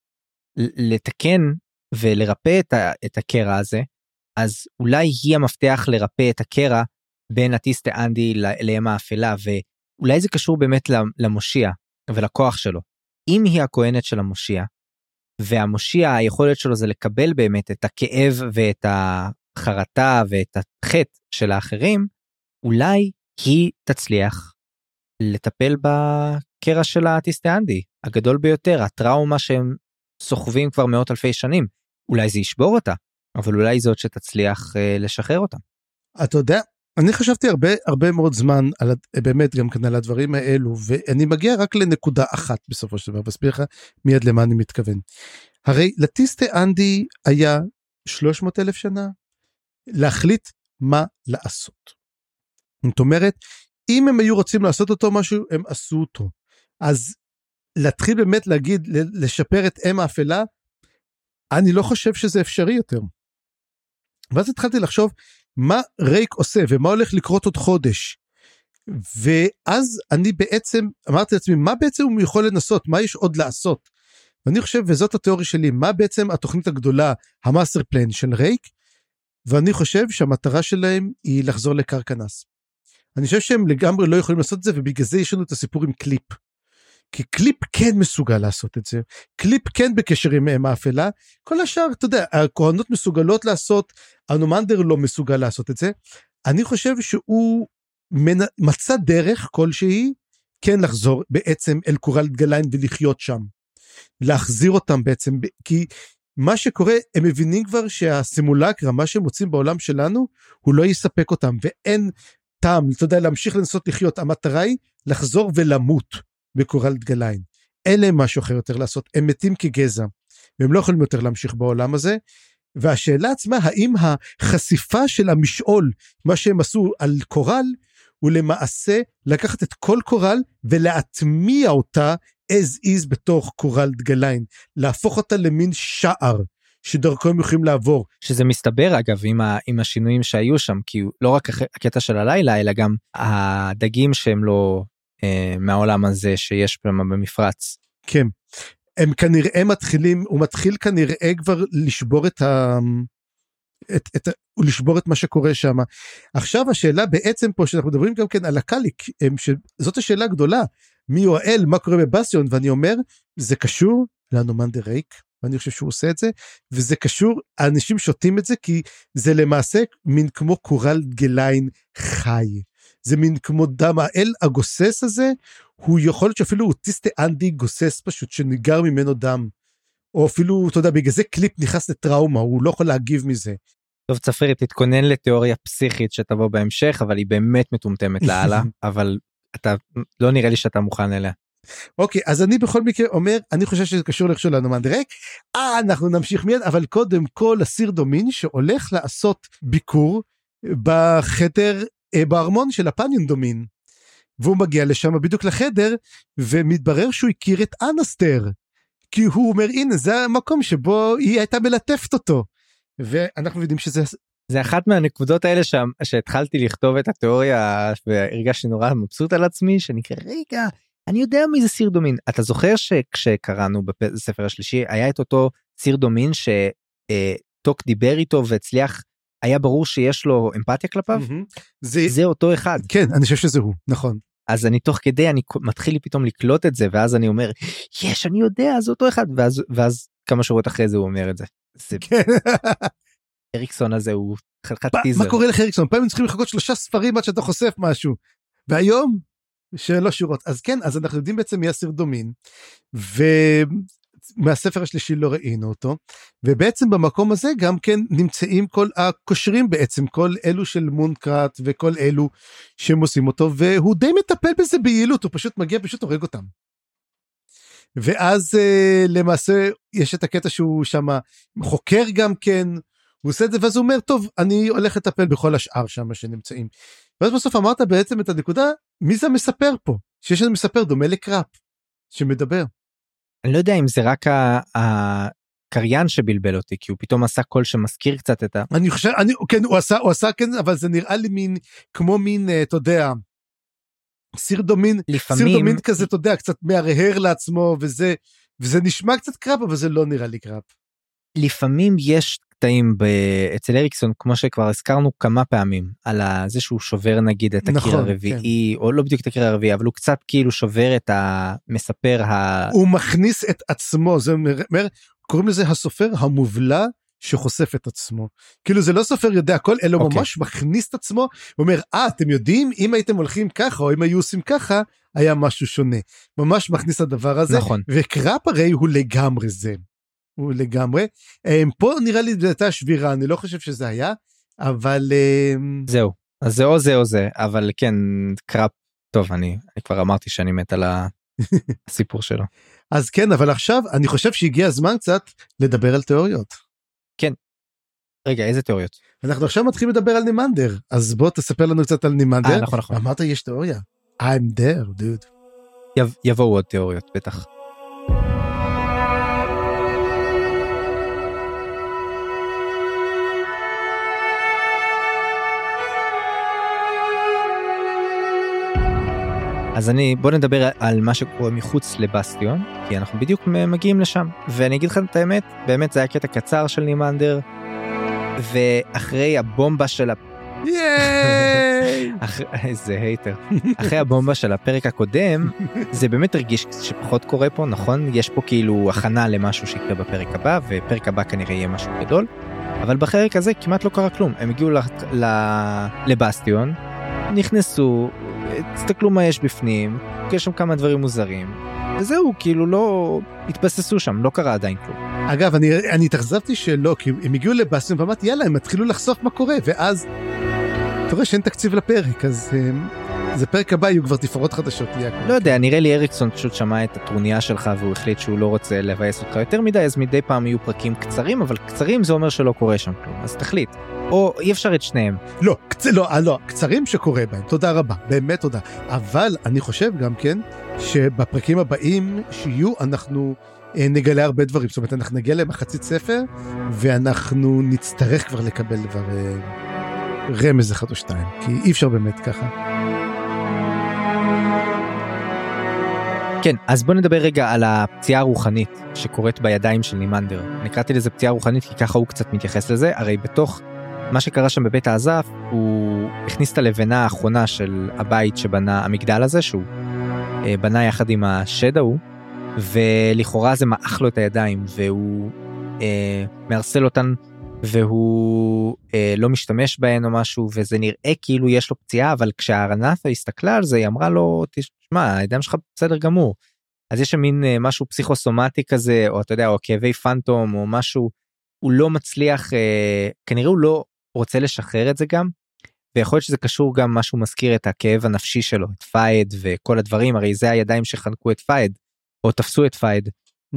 [SPEAKER 1] ולתקן ולרפא את הקרע הזה, אז אולי היא המפתח לרפא את הקרע בין הטיסטיאנדי לאם האפלה, ואולי זה קשור באמת למושיע ולכוח שלו. אם היא הכהנת של המושיע, והמושיע, היכולת שלו זה לקבל באמת את הכאב ואת החרטה ואת החטא של האחרים, אולי היא תצליח לטפל בקרע של הטיסטיאנדי, הגדול ביותר, הטראומה שהם סוחבים כבר מאות אלפי שנים. אולי זה ישבור אותה, אבל אולי זאת שתצליח לשחרר אותה.
[SPEAKER 2] אתה יודע, אני חשבתי הרבה מאוד זמן, באמת גם כאן על הדברים האלו, ואני מגיע רק לנקודה אחת בסופו של דבר, ואסביר לך מיד למה אני מתכוון. הרי לטיסטיאנדי היה 300,000 שנה, להחליט מה לעשות. זאת אומרת, אם הם היו רוצים לעשות אותו משהו, הם עשו אותו. אז להתחיל באמת להגיד, לשפר את אם האפלה, אני לא חושב שזה אפשרי יותר. ואז התחלתי לחשוב, מה רייק עושה, ומה הולך לקרות עוד חודש. ואז אני בעצם, אמרתי לעצמי, מה בעצם הוא יכול לנסות, מה יש עוד לעשות? ואני חושב, וזאת התיאוריה שלי, מה בעצם התוכנית הגדולה, המאסטר פלן של רייק, ואני חושב שהמטרה שלהם היא לחזור לקרקנס. אני חושב שהם לגמרי לא יכולים לעשות את זה, ובגלל זה יש לנו את הסיפור עם קליפ. כי קליפ כן מסוגל לעשות את זה, קליפ כן בקשר עם האפלה, כל השאר, אתה יודע, הכהנות מסוגלות לעשות, הנומנדר לא מסוגל לעשות את זה, אני חושב שהוא מצא דרך כלשהי, כן לחזור בעצם אל קורל גליין ולחיות שם, להחזיר אותם בעצם, כי מה שקורה, הם מבינים כבר שהסימולקרה, מה שהם מוצאים בעולם שלנו, הוא לא יספק אותם, ואין טעם, אתה יודע, להמשיך לנסות לחיות, המטרה היא לחזור ולמות, בקורל גליין. אין להם משהו אחר יותר לעשות, הם מתים כגזע, והם לא יכולים יותר להמשיך בעולם הזה, והשאלה עצמה, האם החשיפה של המשעול, מה שהם עשו על קורל, הוא למעשה לקחת את כל קורל, ולהטמיע אותה as is בתוך קורל גליין, להפוך אותה למין שער, שדרכו הם יכולים לעבור.
[SPEAKER 1] שזה מסתבר אגב עם השינויים שהיו שם, כי לא רק הקטע של הלילה, אלא גם הדגים שהם לא מהעולם הזה שיש במפרץ.
[SPEAKER 2] כן, הם כנראה מתחילים, הוא מתחיל כנראה כבר לשבור לשבור את מה שקורה שם. עכשיו השאלה בעצם פה, שאנחנו מדברים גם כן על הקליק, זאת השאלה הגדולה, מי הוא האל, מה קורה בבסיון, ואני אומר, זה קשור לנומנדר רייק, ואני חושב שהוא עושה את זה, וזה קשור, האנשים שותים את זה, כי זה למעשה מין כמו קורל גליין חי, זה מין כמו דם, האל הגוסס הזה, הוא יכול להיות שאפילו טיסטיאנדי גוסס פשוט, שניגר ממנו דם, או אפילו, אתה יודע, בגלל זה קליפ נכנס לטראומה, הוא לא יכול להגיב מזה.
[SPEAKER 1] טוב צפרי, תתכונן לתיאוריה פסיכית שתבוא בהמשך, אבל היא באמת מטומטמת להעלה, אבל אתה, לא נראה לי שאתה מוכן אליה.
[SPEAKER 2] אוקיי, אז אני בכל מקרה אומר, אני חושב שזה קשור לחשוב לנומנדר רייק, אנחנו נמשיך מיד, אבל קודם כל הסיר דומין, שהולך לעשות ביקור, בחדר, בארמון של הפניון דומין, והוא מגיע לשם בדיוק לחדר, ומתברר שהוא הכיר את אנסטר, כי הוא אומר, הנה, זה המקום שבו היא הייתה מלטפת אותו, ואנחנו יודעים שזה...
[SPEAKER 1] זה אחת מהנקודות האלה שהתחלתי לכתוב את התיאוריה, והרגשתי נורא מבסוט על עצמי, שנקרא, רגע, אני יודע מי זה סיר דומין. אתה זוכר שכשקראנו בספר השלישי, היה את אותו סיר דומין, שטוק דיבר איתו, והצליח, היה ברור שיש לו אמפתיה כלפיו, זה אותו אחד.
[SPEAKER 2] כן, אני חושב שזה הוא, נכון.
[SPEAKER 1] אז אני תוך כדי, אני מתחיל לי פתאום לקלוט את זה, ואז אני אומר, אני יודע, זה אותו אחד, ואז כמה שבועות אחרי זה הוא אומר את זה. אריקסון הזה הוא חלקת טיזר.
[SPEAKER 2] מה קורה לך אריקסון? פעמים צריכים לחכות 3 ספרים עד שאתה חושף משהו, והיום, שלא שורות. אז כן, אז אנחנו יודעים בעצם מי הסיר דומין, ומהספר השלישי לא ראינו אותו, ובעצם במקום הזה גם כן נמצאים כל הקושרים בעצם, כל אלו של מונקראט, וכל אלו שהם עושים אותו, והוא די מטפל בזה ביעילות, הוא פשוט מגיע, פשוט הורג אותם. ואז למעשה יש את הקטע שהוא שם חוקר גם כן, הוא עושה את זה, ואז הוא אומר, טוב, אני הולך לטפל בכל השאר שם שנמצאים. ואז בסוף אמרת בעצם את הנקודה, מי זה המספר פה? שיש לנו מספר דומה לקראפ, שמדבר.
[SPEAKER 1] אני לא יודע אם זה רק הקריין שבלבל אותי, כי הוא פתאום עשה קול שמזכיר קצת את
[SPEAKER 2] אני חושב, כן, הוא עשה כן, אבל זה נראה לי כמו מין, אתה יודע, סיר דומין כזה, אתה יודע, קצת מהרהר לעצמו, וזה נשמע קצת קראפ, אבל זה לא נראה לי קראפ.
[SPEAKER 1] לפעמים יש קטעים אצל אריקסון, כמו שכבר הזכרנו כמה פעמים, על זה שהוא שובר נגיד את הקיר הרביעי, או לא בדיוק את הקיר הרביעי, אבל הוא קצת כאילו שובר את המספר הוא
[SPEAKER 2] מכניס את עצמו, זה אומר, קוראים לזה הסופר המובלע, שחושף את עצמו, כאילו זה לא סופר יודע הכל, אלא הוא ממש מכניס את עצמו, ואומר, אתם יודעים, אם הייתם הולכים ככה, או אם היו עושים ככה, היה משהו שונה, ממש מכניס את הדבר הזה,
[SPEAKER 1] נכון.
[SPEAKER 2] וקראפ הרי הוא לגמרי זה, הוא לגמרי, פה נראה לי דלתה שבירה, אני לא חושב שזה היה, אבל
[SPEAKER 1] זהו, אז זה או זה או זה, אבל כן, קראפ, טוב, אני כבר אמרתי שאני מת על הסיפור שלו.
[SPEAKER 2] אז כן, אבל עכשיו אני חושב שהגיע הזמן קצת לדבר על תיאוריות.
[SPEAKER 1] כן. רגע, איזה תיאוריות?
[SPEAKER 2] אנחנו עכשיו מתחילים לדבר על נימנדר, אז בוא תספר לנו קצת על נימנדר.
[SPEAKER 1] נכון.
[SPEAKER 2] אמרת יש תיאוריה. I'm there, dude.
[SPEAKER 1] יבואו עוד תיאוריות, בטח. אז בוא נדבר על מה שקורה מחוץ לבסטיון, כי אנחנו בדיוק מגיעים לשם, ואני אגיד לך את האמת, באמת זה היה קטע קצר של נימנדר, ואחרי הבומבה של איזה הייטר, אחרי הבומבה של הפרק הקודם, זה באמת הרגיש שפחות קורה פה, נכון? יש פה כאילו הכנה למשהו שיקרה בפרק הבא, ופרק הבא כנראה יהיה משהו גדול, אבל בפרק הזה כמעט לא קרה כלום, הם הגיעו לבסטיון, נכנסו, תסתכלו מה יש בפנים, יש שם כמה דברים מוזרים, וזהו, כאילו לא התבססו שם, לא קרה עדיין כלום.
[SPEAKER 2] אגב, אני התאכזבתי שלא, כי הם הגיעו לבסטיון ואמרתי, יאללה, הם התחילו לחשוף מה קורה, ואז אתה רואה שאין תקציב לפרק, אז זה פרק הבא, יהיו כבר תפאורות חדשות.
[SPEAKER 1] לא יודע, נראה לי אריקסון פשוט שמע את הטרוניה שלך, והוא החליט שהוא לא רוצה לבאס אותך יותר מדי, אז מדי פעם יהיו פרקים קצרים, אבל קצרים זה אומר שלא קורה שם כלום, אז תחליט. או אי אפשר את שניהם.
[SPEAKER 2] לא, קצרים שקורה בהם, תודה רבה, באמת תודה. אבל אני חושב גם כן, שבפרקים הבאים שיהיו, אנחנו נגלה הרבה דברים, זאת אומרת, אנחנו נגיע למחצית ספר, ואנחנו נצטרך כבר לקבל דבר רמז אחד או שתיים, כי אי אפשר באמת ככה.
[SPEAKER 1] כן, אז בוא נדבר רגע על הפציעה הרוחנית שקורית בידיים של נימנדר. נקראתי לזה פציעה רוחנית כי ככה הוא קצת מתייחס לזה, הרי בתוך מה שקרה שם בבית האזף, הוא הכניס את הלבנה האחרונה של הבית שבנה המגדל הזה, שהוא בנה יחד עם השד ההוא, ולכאורה זה מעך לו את הידיים, והוא מארסל אותן, והוא לא משתמש בהן או משהו, וזה נראה כאילו יש לו פציעה, אבל כשהארנתה הסתכלה על זה, היא אמרה לו, תשמע, הידיים שלך בסדר גמור. אז יש שם מין משהו פסיכוסומטי כזה, או אתה יודע, או כאבי פנטום, או משהו, הוא לא מצליח, כנראה הוא לא רוצה לשחרר את זה גם, ויכול להיות שזה קשור גם משהו מזכיר את הכאב הנפשי שלו, את פייד וכל הדברים, הרי זה הידיים שחנקו את פייד, או תפסו את פייד.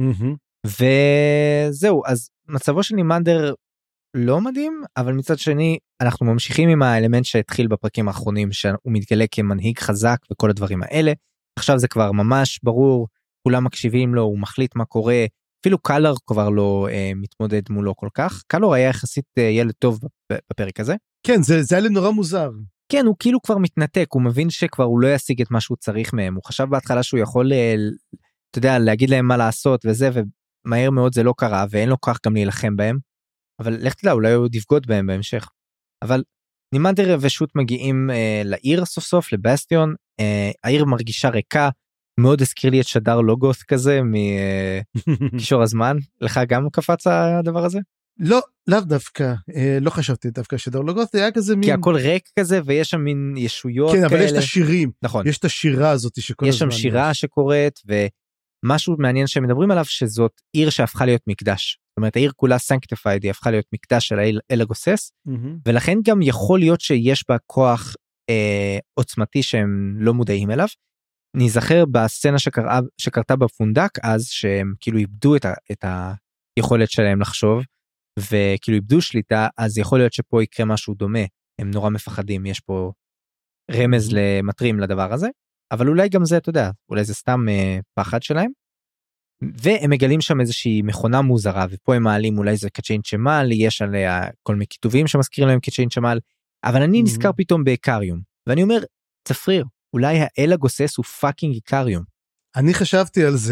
[SPEAKER 1] וזהו, אז מצבו של נימנדר לא מדהים, אבל מצד שני, אנחנו ממשיכים עם האלמנט שהתחיל בפרקים האחרונים, שהוא מתגלה כמנהיג חזק וכל הדברים האלה, עכשיו זה כבר ממש ברור, כולם מקשיבים לו, הוא מחליט מה קורה, אפילו קלר כבר לא מתמודד מולו כל כך, קלר היה יחסית ילד טוב בפרק הזה.
[SPEAKER 2] כן, זה היה לי נורא מוזר.
[SPEAKER 1] כן, הוא כאילו כבר מתנתק, הוא מבין שכבר הוא לא ישיג את מה שהוא צריך מהם, הוא חשב בהתחלה שהוא יכול, אתה יודע, להגיד להם מה לעשות וזה, ומהר מאוד זה לא קרה, ואין לו כך גם להילחם בהם, אבל לך תדע, אולי הוא יבגוד בהם בהמשך. אבל נימנדר ושות מגיעים לעיר סוף סוף, לבסטיון, העיר מרגישה ריקה, מאוד הזכיר לי את שדר לוגוס כזה מקישור הזמן, לך גם קפץ הדבר הזה?
[SPEAKER 2] לא, לאו דווקא, לא חשבתי דווקא שדר לוגוס, זה היה כזה מין...
[SPEAKER 1] כי הכל ריק כזה ויש שם מין ישויות כאלה.
[SPEAKER 2] כן, אבל יש את השירים,
[SPEAKER 1] נכון.
[SPEAKER 2] יש את השירה הזאת שכל הזמן...
[SPEAKER 1] יש שם שירה שקורית, ומשהו מעניין שהם מדברים עליו, שזאת עיר שהפכה להיות מקדש. זאת אומרת, העיר כולה סנקטיפייד, היא הפכה להיות מקדש של האל הגוסס, ולכן גם יכול להיות שיש בה כוח עוצמתי שהם לא מודעים אליו. נזכר בסצנה שקרתה בפונדק אז, שהם כאילו איבדו את היכולת שלהם לחשוב, וכאילו איבדו שליטה, אז יכול להיות שפה יקרה משהו דומה, הם נורא מפחדים, יש פה רמז למטרים לדבר הזה, אבל אולי גם זה, אתה יודע, אולי זה סתם פחד שלהם, והם מגלים שם איזושהי מכונה מוזרה, ופה הם מעלים אולי זה קצ'יין צ'מל, יש עליה כל מיני כיתובים שמזכירים להם קצ'יין צ'מל, אבל אני נזכר פתאום באיקריום, ואני אומר, צפריר, אולי האל הגוסס הוא פאקינג איקריום.
[SPEAKER 2] אני חשבתי על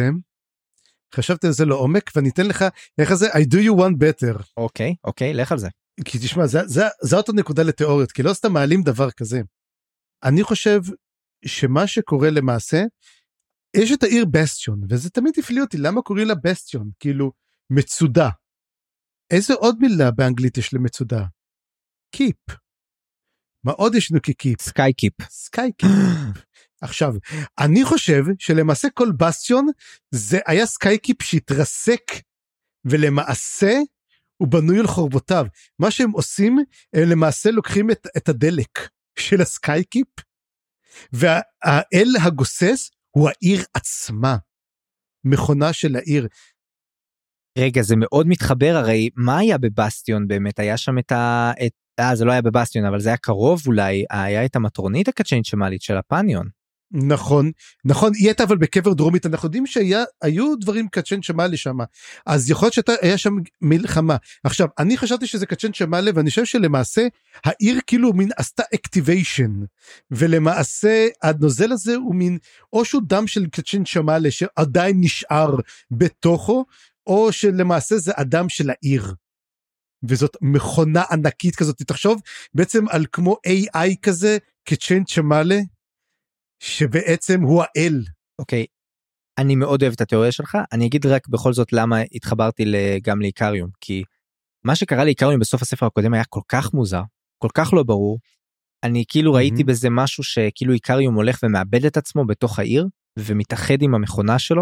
[SPEAKER 2] זה לעומק, ואני אתן לך, איך זה, I do you one better.
[SPEAKER 1] אוקיי, לך על זה.
[SPEAKER 2] כי תשמע, זה אותו נקודה לתיאוריות, כי לא סתם מעלים דבר כזה. אני חושב שמה שקורה למעשה, יש את העיר בסטיון, וזה תמיד הפליא אותי, למה קוראים לה בסטיון? כאילו, מצודה. איזה עוד מילה באנגלית יש למצודה? קיפ. מה עוד יש לנו כקיפ?
[SPEAKER 1] סקאי קיפ.
[SPEAKER 2] עכשיו, אני חושב שלמעשה כל בסטיון, זה היה סקאי קיפ שהתרסק, ולמעשה הוא בנוי על חורבותיו. מה שהם עושים, הם למעשה לוקחים את הדלק של הסקאי קיפ, והאל הגוסס הוא העיר עצמה, מכונה של העיר.
[SPEAKER 1] רגע, זה מאוד מתחבר, הרי מה היה בבסטיון באמת? היה שם זה לא היה בבסטיון, אבל זה היה קרוב אולי, היה את המטרונית הקצ'יין צ'מלית של הפניון.
[SPEAKER 2] נכון, היא הייתה אבל בקבר דרומית, אנחנו יודעים שהיו דברים קצ'יין צ'מלי שם, אז יכול להיות שהיה שם מלחמה. עכשיו, אני חשבתי שזה קצ'יין צ'מלי, ואני חושב שלמעשה, העיר כאילו מין עשתה אקטיביישן, ולמעשה הנוזל הזה הוא מין, או שהוא דם של קצ'יין צ'מלי, שעדיין נשאר בתוכו, או שלמעשה זה אדם של העיר. וזאת מכונה ענקית כזאת, תחשוב בעצם על כמו AI כזה, קצ'יין צ'מלי, שבעצם הוא האל.
[SPEAKER 1] אוקיי, אני מאוד אוהב את התיאוריה שלך, אני אגיד רק בכל זאת למה התחברתי גם לאיקריום, כי מה שקרה לאיקריום בסוף הספר הקודם היה כל כך מוזר, כל כך לא ברור, אני כאילו ראיתי בזה משהו שכאילו איקריום הולך ומאבד את עצמו בתוך העיר, ומתאחד עם המכונה שלו,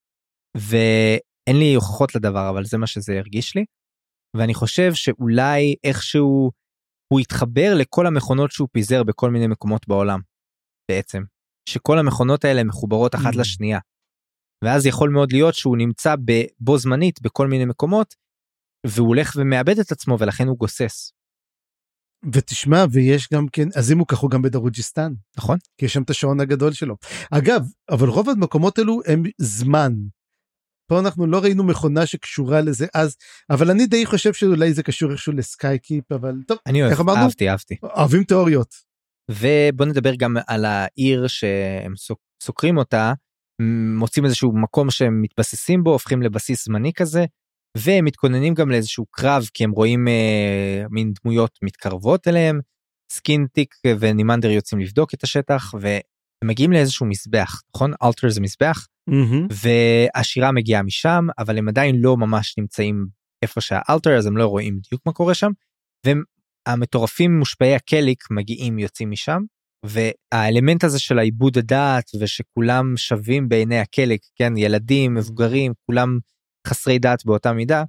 [SPEAKER 1] ואין לי הוכחות לדבר, אבל זה מה שזה הרגיש לי, ואני חושב שאולי איכשהו הוא יתחבר לכל המכונות שהוא פיזר בכל מיני מקומות בעולם, בעצם. שכל המכונות האלה מחוברות אחת לשנייה. ואז יכול מאוד להיות שהוא נמצא בו זמנית בכל מיני מקומות, והוא הולך ומאבד את עצמו, ולכן הוא גוסס.
[SPEAKER 2] ותשמע, ויש גם כן, אז אם הוא ככה גם בדרוג'יסטן.
[SPEAKER 1] נכון.
[SPEAKER 2] כי יש שם את השעון הגדול שלו. אגב, אבל רוב המקומות האלו הם זמן. פה אנחנו לא ראינו מכונה שקשורה לזה אז, אבל אני די חושב שאולי זה קשור איכשהו לסקאי קיפ, אבל טוב.
[SPEAKER 1] אני אוהב, אהבתי.
[SPEAKER 2] אוהבים תיאוריות.
[SPEAKER 1] ובוא נדבר גם על העיר שהם סוקרים אותה, מוצאים איזשהו מקום שהם מתבססים בו, הופכים לבסיס זמני כזה, והם מתכוננים גם לאיזשהו קרב, כי הם רואים מין דמויות מתקרבות אליהם, סקינטיק ונימנדר יוצאים לבדוק את השטח, והם מגיעים לאיזשהו מזבח, נכון? אלטר זה מזבח, והשירה מגיעה משם, אבל הם עדיין לא ממש נמצאים איפה שהאלטר, אז הם לא רואים בדיוק מה קורה שם, והם המטורפים מושפעי הקליק מגיעים יוצאים משם, והאלמנט הזה של העיבוד הדעת, ושכולם שווים בעיני הקליק, כן, ילדים, מבוגרים, כולם חסרי דעת באותה מידה.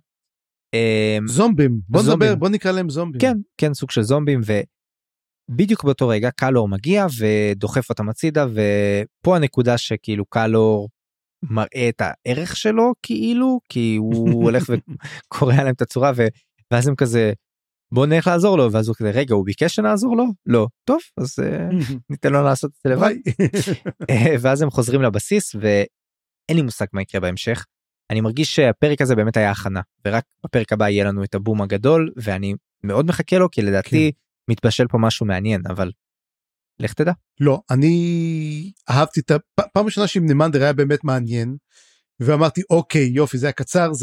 [SPEAKER 2] זומבים, בוא נקרא להם זומבים.
[SPEAKER 1] כן, סוג של זומבים, ובדיוק באותו רגע קלור מגיע ודוחף אותם הצידה, ופה הנקודה שכאילו קלור מראה את הערך שלו, כאילו, כי הוא הולך וקורא עליהם את הצורה, ואז הם כזה, בוא נלך לעזור לו, ואז הוא כזה, רגע, הוא ביקש שנעזור לו? לא. טוב, אז ניתן לו לעשות את זה לבד. ואז הם חוזרים לבסיס, ואין לי מושג מה יקרה בהמשך. אני מרגיש שהפרק הזה באמת היה הכנה, ורק בפרק הבא יהיה לנו את הבום הגדול, ואני מאוד מחכה לו, כי לדעתי מתבשל פה משהו מעניין, אבל לך תדע.
[SPEAKER 2] לא, אני אהבתי את הפעם ראשונה שעם נימנדר היה באמת מעניין, ואמרתי, אוקיי, יופי, זה היה קצר, זה היה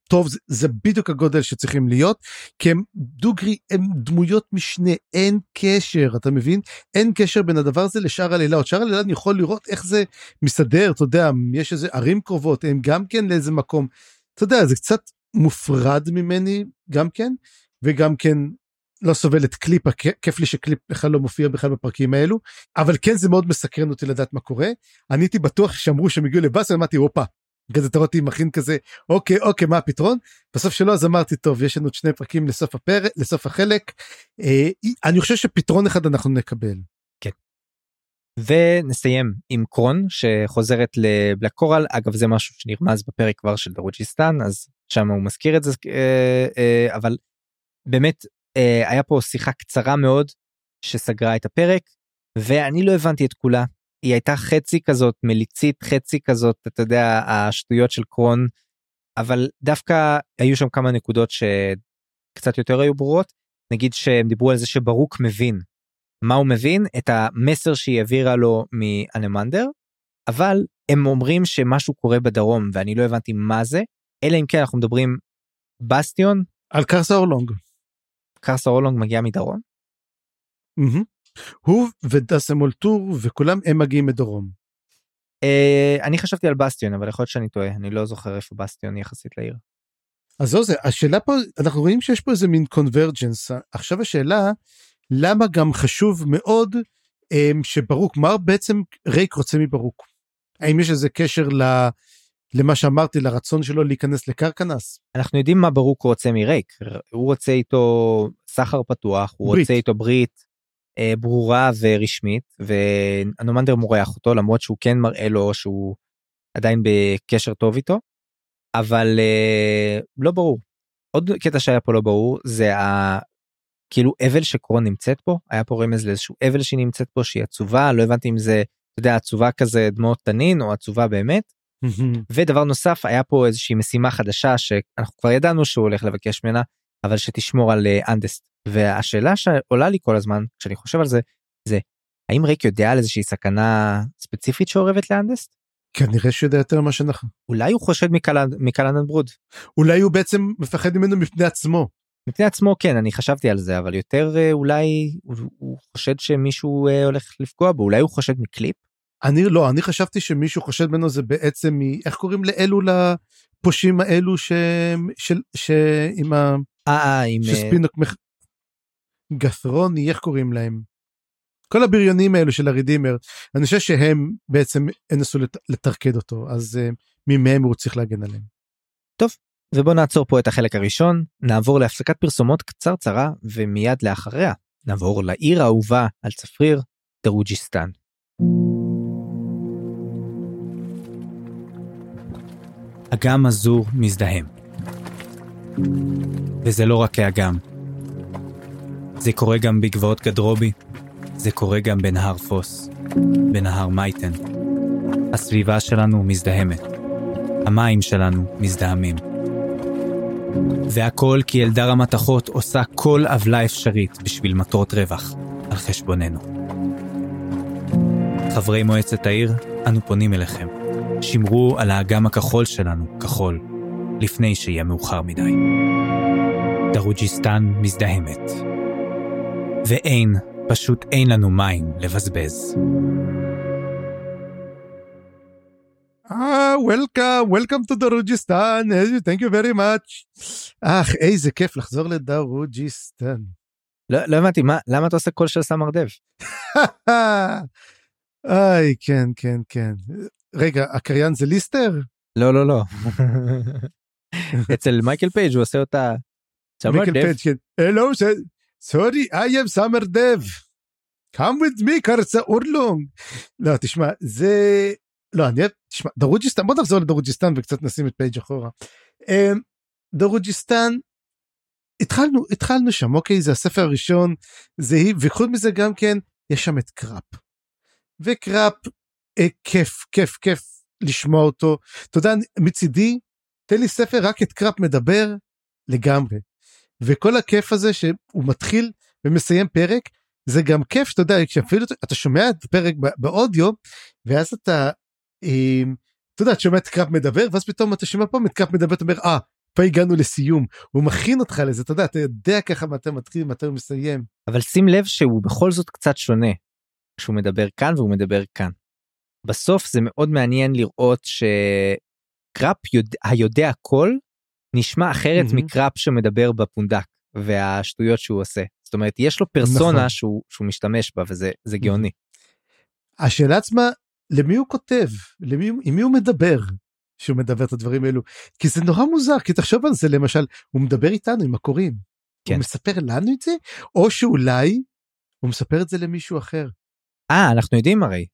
[SPEAKER 2] טוב, זה בדיוק הגודל שצריכים להיות, כי הם דוגרי, הם דמויות משנה, אין קשר, אתה מבין? אין קשר בין הדבר הזה לשאר הלילה, שאר הלילה אני יכול לראות איך זה מסתדר, אתה יודע, יש איזה ערים קרובות, הם גם כן לאיזה מקום, אתה יודע, זה קצת מופרד ממני, גם כן, וגם כן לא סובל את קליפ, כיף לי שקליפ בכלל לא מופיע בכלל בפרקים האלו, אבל כן זה מאוד מסקרן אותי לדעת מה קורה, אני הייתי בטוח שאמרו שהם הגיעו לבאס, ואמרתי, אופה, כזה תראותי מכין כזה, אוקיי, מה הפתרון? בסוף שלא, אז אמרתי, טוב, יש לנו עוד 2 פרקים לסוף החלק, אני חושב שפתרון אחד אנחנו נקבל.
[SPEAKER 1] כן. ונסיים עם קרון, שחוזרת לבלק קורל, אגב זה משהו שנרמז בפרק כבר של דרוג'יסטן, אז שם הוא מזכיר את זה, אבל באמת, היה פה שיחה קצרה מאוד, שסגרה את הפרק, ואני לא הבנתי את כולה, היא הייתה חצי כזאת, מליצית, חצי כזאת, אתה יודע, השטויות של קרון, אבל דווקא היו שם כמה נקודות שקצת יותר היו ברורות, נגיד שהם דיברו על זה שברוק מבין, מה הוא מבין? את המסר שהיא העבירה לו מאנמנדר, אבל הם אומרים שמשהו קורה בדרום, ואני לא הבנתי מה זה, אלא אם כן אנחנו מדברים בסטיון.
[SPEAKER 2] על קרסה אורלונג.
[SPEAKER 1] קרסה אורלונג מגיע מדרום?
[SPEAKER 2] הוא ודסמולטור וכולם הם מגיעים מדרום.
[SPEAKER 1] אני חשבתי על בסטיון, אבל יכול להיות שאני טועה, אני לא זוכר איפה בסטיון יחסית לעיר.
[SPEAKER 2] אז זו זה, השאלה פה, אנחנו רואים שיש פה איזה מין קונברג'נס, עכשיו השאלה, למה גם חשוב מאוד שברוק, מה בעצם ריק רוצה מברוק? האם יש איזה קשר למה שאמרתי, לרצון שלו להיכנס לקרקנס? אנחנו
[SPEAKER 1] יודעים מה ברוק רוצה מריק, הוא רוצה איתו סחר פתוח, הוא רוצה איתו ברית, ברורה ורשמית, ואנומנדר מורח אותו, למרות שהוא כן מראה לו שהוא עדיין בקשר טוב איתו, אבל לא ברור. עוד קטע שהיה פה לא ברור, זה כאילו אבל שקרון נמצאת פה, היה פה רמז לאיזשהו אבל שהיא נמצאת פה, שהיא עצובה, לא הבנתי אם זה, אתה יודע, עצובה כזה דמות תנין, או עצובה באמת, ודבר נוסף, היה פה איזושהי משימה חדשה, שאנחנו כבר ידענו שהוא הולך לבקש ממנה, אבל שתשמור על אנדסט, והשאלה שעולה לי כל הזמן, כשאני חושב על זה, זה, האם ריק יודע על איזושהי סכנה ספציפית שעורבת לאנדסט?
[SPEAKER 2] כנראה שיודע יותר מה שאנחנו.
[SPEAKER 1] אולי הוא חושד מקלנן ברוד.
[SPEAKER 2] אולי הוא בעצם מפחד ממנו מפני עצמו.
[SPEAKER 1] מפני עצמו כן, אני חשבתי על זה, אבל יותר אולי הוא חושד שמישהו הולך לפגוע בו, אולי הוא חושד מקליפ?
[SPEAKER 2] אני חשבתי שמישהו חושד ממנו זה בעצם, איך קוראים לאלו לפושים האלו שעם שספינוק גת'רוני, איך קוראים להם? כל הבריונים האלו של הרידימר, אני חושב שהם בעצם אנסו לתרקד אותו, אז ממהם הוא צריך להגן עליהם.
[SPEAKER 1] טוב, ובוא נעצור פה את החלק הראשון, נעבור להפסקת פרסומות קצרצרה, ומיד לאחריה נעבור לעיר האהובה על צפריר, דרוג'יסטן. אגם אזור מזדהם. וזה לא רק האגם. זה קורה גם בגבעות גדרובי, זה קורה גם בנהר פוס, בנהר מייטן. הסביבה שלנו מזדהמת. המים שלנו מזדהמים. והכל כי אלדר המתכות עושה כל עוולה אפשרית בשביל מטרות רווח על חשבוננו. חברי מועצת העיר, אנו פונים אליכם. שמרו על האגם הכחול שלנו, כחול, לפני שיהיה מאוחר מדי. דרוג'יסטן מזדהמת. ואין, פשוט אין לנו מים לבזבז.
[SPEAKER 2] Welcome to דרוג'יסטן, thank you very much. איזה כיף לחזור לדרוג'יסטן.
[SPEAKER 1] לא הבנתי, למה אתה עושה קול של סמר דב?
[SPEAKER 2] כן. רגע, הקריין זה ליסטר?
[SPEAKER 1] לא. אצל מייקל פייג' הוא עושה אותה סמר דב.
[SPEAKER 2] Hello, sorry, I am סמר דב. Come with me, קרצה אורלונג. לא, תשמע, זה... לא, תשמע, דרוג'יסטן, בוא נחזור לדרוג'יסטן וקצת נשים את פייג' אחורה. דרוג'יסטן, התחלנו שם, אוקיי, זה הספר הראשון, וחוץ מזה גם כן, יש שם את קראפ. וקראפ, כיף לשמוע אותו. אתה יודע, מצידי, תן לי ספר, רק את קראפ מדבר לגמרי. וכל הכיף הזה שהוא מתחיל ומסיים פרק, זה גם כיף, שאתה יודע, כשאפילו אתה שומע את הפרק באודיו, ואז אתה יודע, אתה שומע את קראפ מדבר, ואז פתאום אתה שומע פה את קראפ מדבר, אתה אומר, פה הגענו לסיום, הוא מכין אותך לזה, אתה יודע ככה מתי מתחיל, מתי הוא מסיים.
[SPEAKER 1] אבל שים לב שהוא בכל זאת קצת שונה, כשהוא מדבר כאן והוא מדבר כאן. בסוף זה מאוד מעניין לראות שקראפ היודע הכל, נשמע אחרת מקראפ שמדבר בפונדק, והשטויות שהוא עושה. זאת אומרת, יש לו פרסונה שהוא משתמש בה, וזה גאוני.
[SPEAKER 2] השאלה עצמה, למי הוא כותב? עם מי הוא מדבר? שהוא מדבר את הדברים האלו, כי זה נורא מוזר, כי תחשוב על זה, למשל, הוא מדבר איתנו עם הקוראים, הוא מספר לנו את זה, או שאולי הוא מספר את זה למישהו אחר.
[SPEAKER 1] אנחנו יודעים הרי,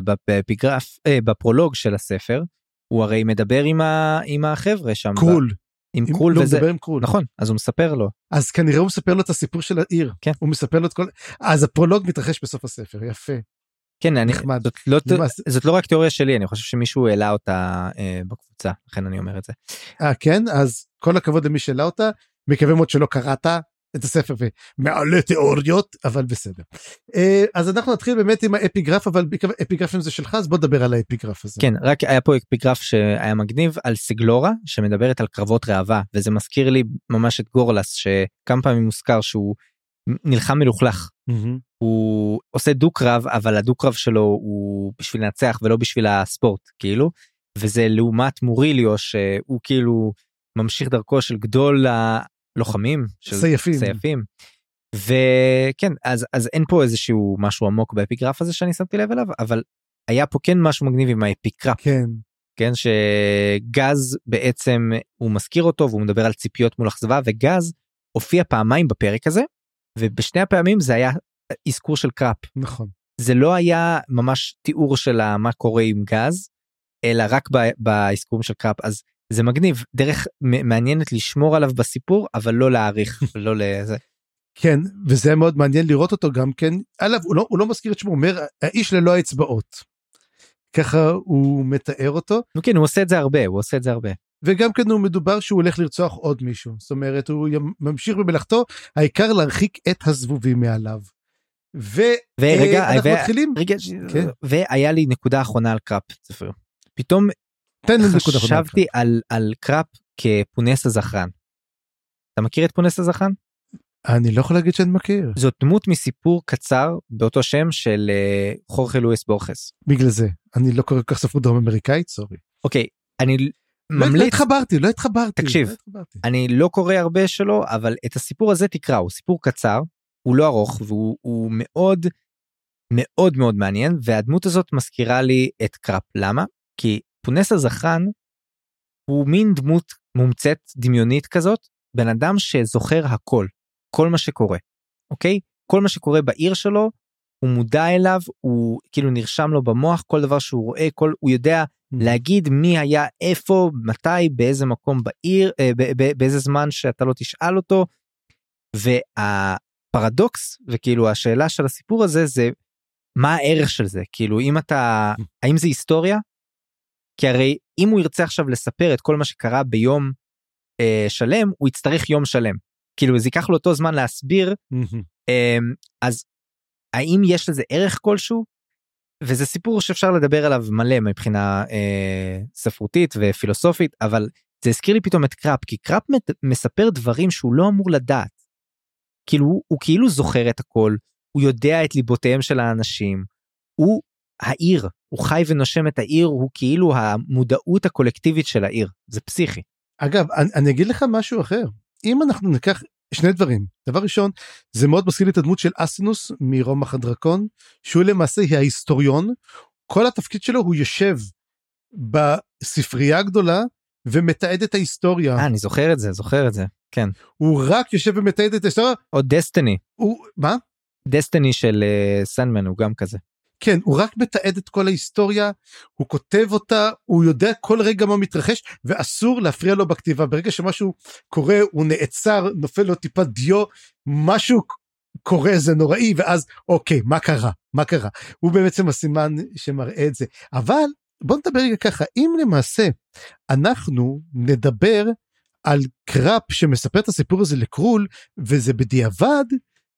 [SPEAKER 1] בפרולוג של הספר, הוא הרי מדבר עם החבר'ה שם.
[SPEAKER 2] קרול.
[SPEAKER 1] עם קרול וזה.
[SPEAKER 2] הוא מדבר עם קרול.
[SPEAKER 1] נכון, אז הוא מספר לו.
[SPEAKER 2] אז כנראה הוא מספר לו את הסיפור של העיר.
[SPEAKER 1] כן.
[SPEAKER 2] הוא מספר לו את כל... אז הפרולוג מתרחש בסוף הספר, יפה.
[SPEAKER 1] כן, זאת לא רק תיאוריה שלי, אני חושב שמישהו העלה אותה בקבוצה, לכן אני אומר את זה.
[SPEAKER 2] כן, אז כל הכבוד למי שהעלה אותה, מקווה מאוד שלא קראת את הספר ומעלה תיאוריות, אבל בסדר. אז אנחנו נתחיל באמת עם האפיגרף, אבל אפיגרפים זה שלך, אז בוא נדבר על האפיגרף הזה.
[SPEAKER 1] כן, רק היה פה אפיגרף שהיה מגניב על סגלורה, שמדברת על קרבות ראווה, וזה מזכיר לי ממש את גורלס, שכמה פעמים מוזכר שהוא נלחם מלוכלך. הוא עושה דו-קרב, אבל הדו-קרב שלו הוא בשביל לנצח ולא בשביל הספורט, כאילו, וזה לעומת מוריליו, שהוא כאילו ממשיך דרכו של גדול הלוחמים, של סייפים. וכן, אז אין פה איזשהו משהו עמוק באפיגרף הזה שאני שמתי לב אליו, אבל היה פה כן משהו מגניב עם האפיקרפ. כן, שגז בעצם הוא מזכיר אותו, והוא מדבר על ציפיות מול אכזבה, וגז הופיע פעמיים בפרק הזה, ובשני הפעמים זה היה אזכור של קראפ.
[SPEAKER 2] נכון.
[SPEAKER 1] זה לא היה ממש תיאור של מה קורה עם גז, אלא רק באזכורים של קראפ, אז זה מגניב, דרך מעניינת לשמור עליו בסיפור, אבל לא להעריך, לא לזה.
[SPEAKER 2] כן, וזה מאוד מעניין לראות אותו גם כן, עליו, הוא לא מזכיר את שמו, הוא אומר, האיש ללא האצבעות. ככה הוא מתאר אותו.
[SPEAKER 1] כן, הוא עושה את זה הרבה,
[SPEAKER 2] וגם כן הוא מדובר שהוא הולך לרצוח עוד מישהו, זאת אומרת, הוא ממשיך במלאכתו, העיקר להרחיק את הזבובים מעליו. ואנחנו מתחילים.
[SPEAKER 1] והיה לי נקודה אחרונה על קראפ, פתאום חשבתי על קראפ כפונס הזכרן. אתה מכיר את פונס הזכרן?
[SPEAKER 2] אני לא יכול להגיד שאני מכיר.
[SPEAKER 1] זאת דמות מסיפור קצר באותו שם של חורכה לואיס בורכס.
[SPEAKER 2] בגלל זה, אני לא קורא כך ספרות דרום אמריקאית, סורי.
[SPEAKER 1] אוקיי, אני
[SPEAKER 2] לא התחברתי.
[SPEAKER 1] תקשיב, אני לא קורא הרבה שלו, אבל את הסיפור הזה תקרא, הוא סיפור קצר, הוא לא ארוך, והוא מאוד מאוד מאוד מעניין, והדמות הזאת מזכירה לי את קראפ. למה? כי פונס הזכרן הוא מין דמות מומצאת דמיונית כזאת, בן אדם שזוכר הכל, כל מה שקורה, אוקיי? כל מה שקורה בעיר שלו, הוא מודע אליו, הוא כאילו נרשם לו במוח, כל דבר שהוא רואה, הוא יודע להגיד מי היה איפה, מתי, באיזה מקום בעיר, באיזה זמן שאתה לא תשאל אותו, והפרדוקס, וכאילו השאלה של הסיפור הזה, זה מה הערך של זה? כאילו האם זה היסטוריה? כי הרי אם הוא ירצה עכשיו לספר את כל מה שקרה ביום שלם, הוא יצטרך יום שלם. כאילו זה ייקח לו אותו זמן להסביר, אז האם יש לזה ערך כלשהו? וזה סיפור שאפשר לדבר עליו מלא מבחינה ספרותית ופילוסופית, אבל זה הזכיר לי פתאום את קראפ, כי קראפ מספר דברים שהוא לא אמור לדעת. כאילו הוא כאילו זוכר את הכל, הוא יודע את ליבותיהם של האנשים, הוא העיר, הוא חי ונושם את העיר, הוא כאילו המודעות הקולקטיבית של העיר, זה פסיכי.
[SPEAKER 2] אגב, אני אגיד לך משהו אחר, אם אנחנו ניקח שני דברים, דבר ראשון, זה מאוד מזכיר לי את הדמות של אסינוס מרומח הדרקון, שהוא למעשה ההיסטוריון, כל התפקיד שלו הוא יושב בספרייה הגדולה, ומתעד את ההיסטוריה.
[SPEAKER 1] אני זוכר את זה, כן.
[SPEAKER 2] הוא רק יושב ומתעד את ההיסטוריה.
[SPEAKER 1] או דסטיני.
[SPEAKER 2] מה?
[SPEAKER 1] דסטיני של סנדמן, הוא גם כזה.
[SPEAKER 2] כן, הוא רק מתעד את כל ההיסטוריה, הוא כותב אותה, הוא יודע כל רגע מה מתרחש, ואסור להפריע לו בכתיבה, ברגע שמשהו קורה, הוא נעצר, נופל לו טיפה דיו, משהו קורה, זה נוראי, ואז, אוקיי, מה קרה? הוא בעצם הסימן שמראה את זה, אבל בוא נדבר רגע ככה, אם למעשה אנחנו נדבר על קראפ שמספר את הסיפור הזה לקרול, וזה בדיעבד,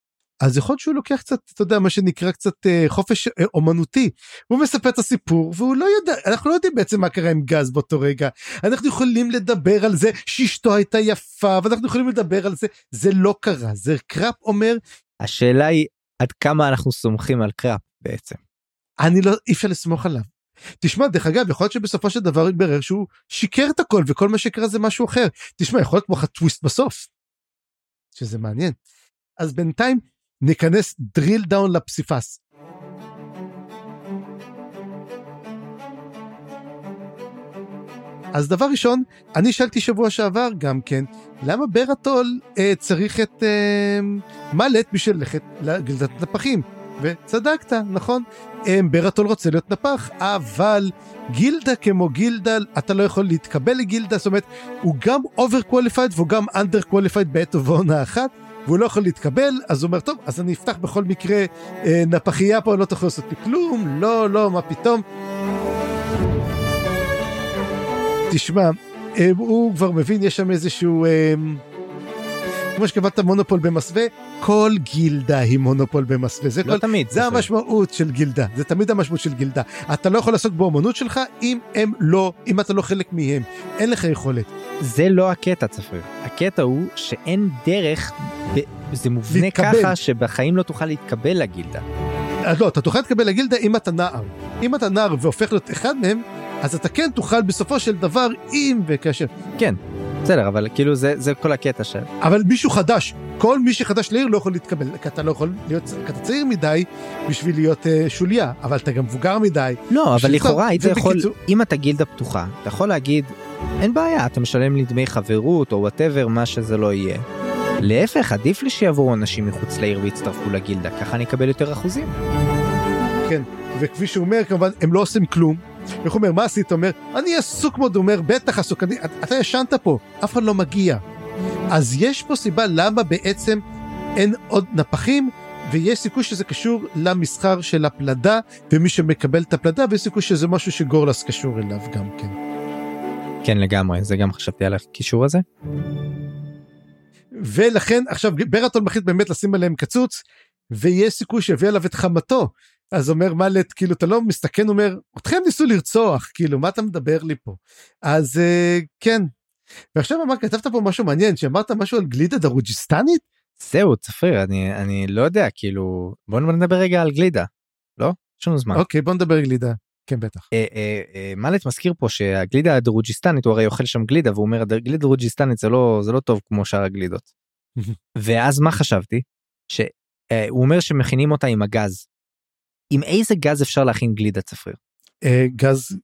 [SPEAKER 2] אז יכול להיות שהוא לוקח קצת, אתה יודע, מה שנקרא קצת חופש אומנותי, הוא מספר את הסיפור, והוא לא יודע, אנחנו לא יודעים בעצם מה קרה עם גז באותו רגע, אנחנו יכולים לדבר על זה, שאשתו הייתה יפה, ואנחנו יכולים לדבר על זה, זה לא קרה, זה קראפ אומר.
[SPEAKER 1] השאלה היא, עד כמה אנחנו סומכים על קראפ בעצם?
[SPEAKER 2] אי אפשר לסמוך עליו. תשמע, דרך אגב, יכול להיות שבסופו של דבר יתברר שהוא שיקר את הכל, וכל מה שקרה זה משהו אחר. תשמע, יכול להיות כמו טוויסט בסוף, שזה מעניין. אז בינתיים ניכנס drill down לפסיפס. אז דבר ראשון, אני שאלתי שבוע שעבר גם כן, למה ברטול צריך את מלט בשביל ללכת לגילדת נפחים? וצדקת, נכון? ברטול רוצה להיות נפח, אבל גילדה כמו גילדה, אתה לא יכול להתקבל לגילדה, זאת אומרת, הוא גם over-qualified והוא גם under-qualified בעת ובעונה אחת, והוא לא יכול להתקבל, אז הוא אומר, טוב, אז אני אפתח בכל מקרה נפחייה פה, לא תוכל לעשות לי כלום, לא, מה פתאום? תשמע, הוא כבר מבין, יש שם איזשהו, כמו שקבלת מונופול במסווה, כל גילדה היא מונופול במסווה, זה,
[SPEAKER 1] לא תמיד,
[SPEAKER 2] זה המשמעות של גילדה, זה תמיד המשמעות של גילדה, אתה לא יכול לעסוק באומנות שלך, אם אתה לא חלק מהם, אין לך יכולת.
[SPEAKER 1] זה לא הקטע צפריר, הקטע הוא שאין דרך, זה מובנה להתקבל. ככה שבחיים לא תוכל להתקבל לגילדה.
[SPEAKER 2] לא, אתה תוכל להתקבל לגילדה אם אתה נער, אם אתה נער והופך להיות אחד מהם, אז אתה כן תוכל בסופו של דבר אם וכאשר.
[SPEAKER 1] כן, בסדר, אבל כאילו זה כל הקטע של.
[SPEAKER 2] אבל מישהו חדש, כל מי שחדש לעיר לא יכול להתקבל, כי אתה לא יכול להיות, כי אתה צעיר מדי בשביל להיות שוליה, אבל אתה גם מבוגר מדי.
[SPEAKER 1] לא, אבל לכאורה היית יכול, אם אתה גילדה פתוחה, אתה יכול להגיד, אין בעיה, אתה משלם לי דמי חברות או whatever, מה שזה לא יהיה. להפך, עדיף לי שיעברו אנשים מחוץ לעיר והצטרפו לגילדה, ככה אני אקבל יותר אחוזים.
[SPEAKER 2] כן, וכפי שהוא אומר, כמובן, הם לא עושים כלום. איך אומר, מה עשית? אומר, אני עסוק מאוד, הוא אומר, בטח עסוק, אתה ישנת פה, אף אחד לא מגיע. אז יש פה סיבה למה בעצם אין עוד נפחים, ויש סיכוי שזה קשור למסחר של הפלדה, ומי שמקבל את הפלדה, ויש סיכוי שזה משהו שגורלס קשור אליו גם כן.
[SPEAKER 1] כן, לגמרי, זה גם חשבתי על הקישור הזה.
[SPEAKER 2] ולכן, עכשיו, ברטול מחליט באמת לשים עליהם קצוץ, ויש סיכוי שיביא עליו את חמתו, אז אומר מלט, כאילו, אתה לא מסתכן, אומר, אתכם ניסו לרצוח, כאילו, מה אתה מדבר לי פה? אז כן. ועכשיו אמר, כתבת פה משהו מעניין, שאמרת משהו על גלידה דרוג'יסטנית?
[SPEAKER 1] זהו, צפריר, אני לא יודע, כאילו, בוא נדבר רגע על גלידה, לא? יש לנו זמן.
[SPEAKER 2] אוקיי, בוא נדבר על גלידה, כן, בטח.
[SPEAKER 1] מלט מזכיר פה שהגלידה הדרוג'יסטנית, הוא הרי אוכל שם גלידה, והוא אומר, הגלידה דרוג'יסטנית זה לא טוב כמו שאר הגלידות. ואז מה חשבתי? שהוא אומר שמכינים אותה עם הגז. עם איזה גז אפשר להכין גלידה צפריר?
[SPEAKER 2] גז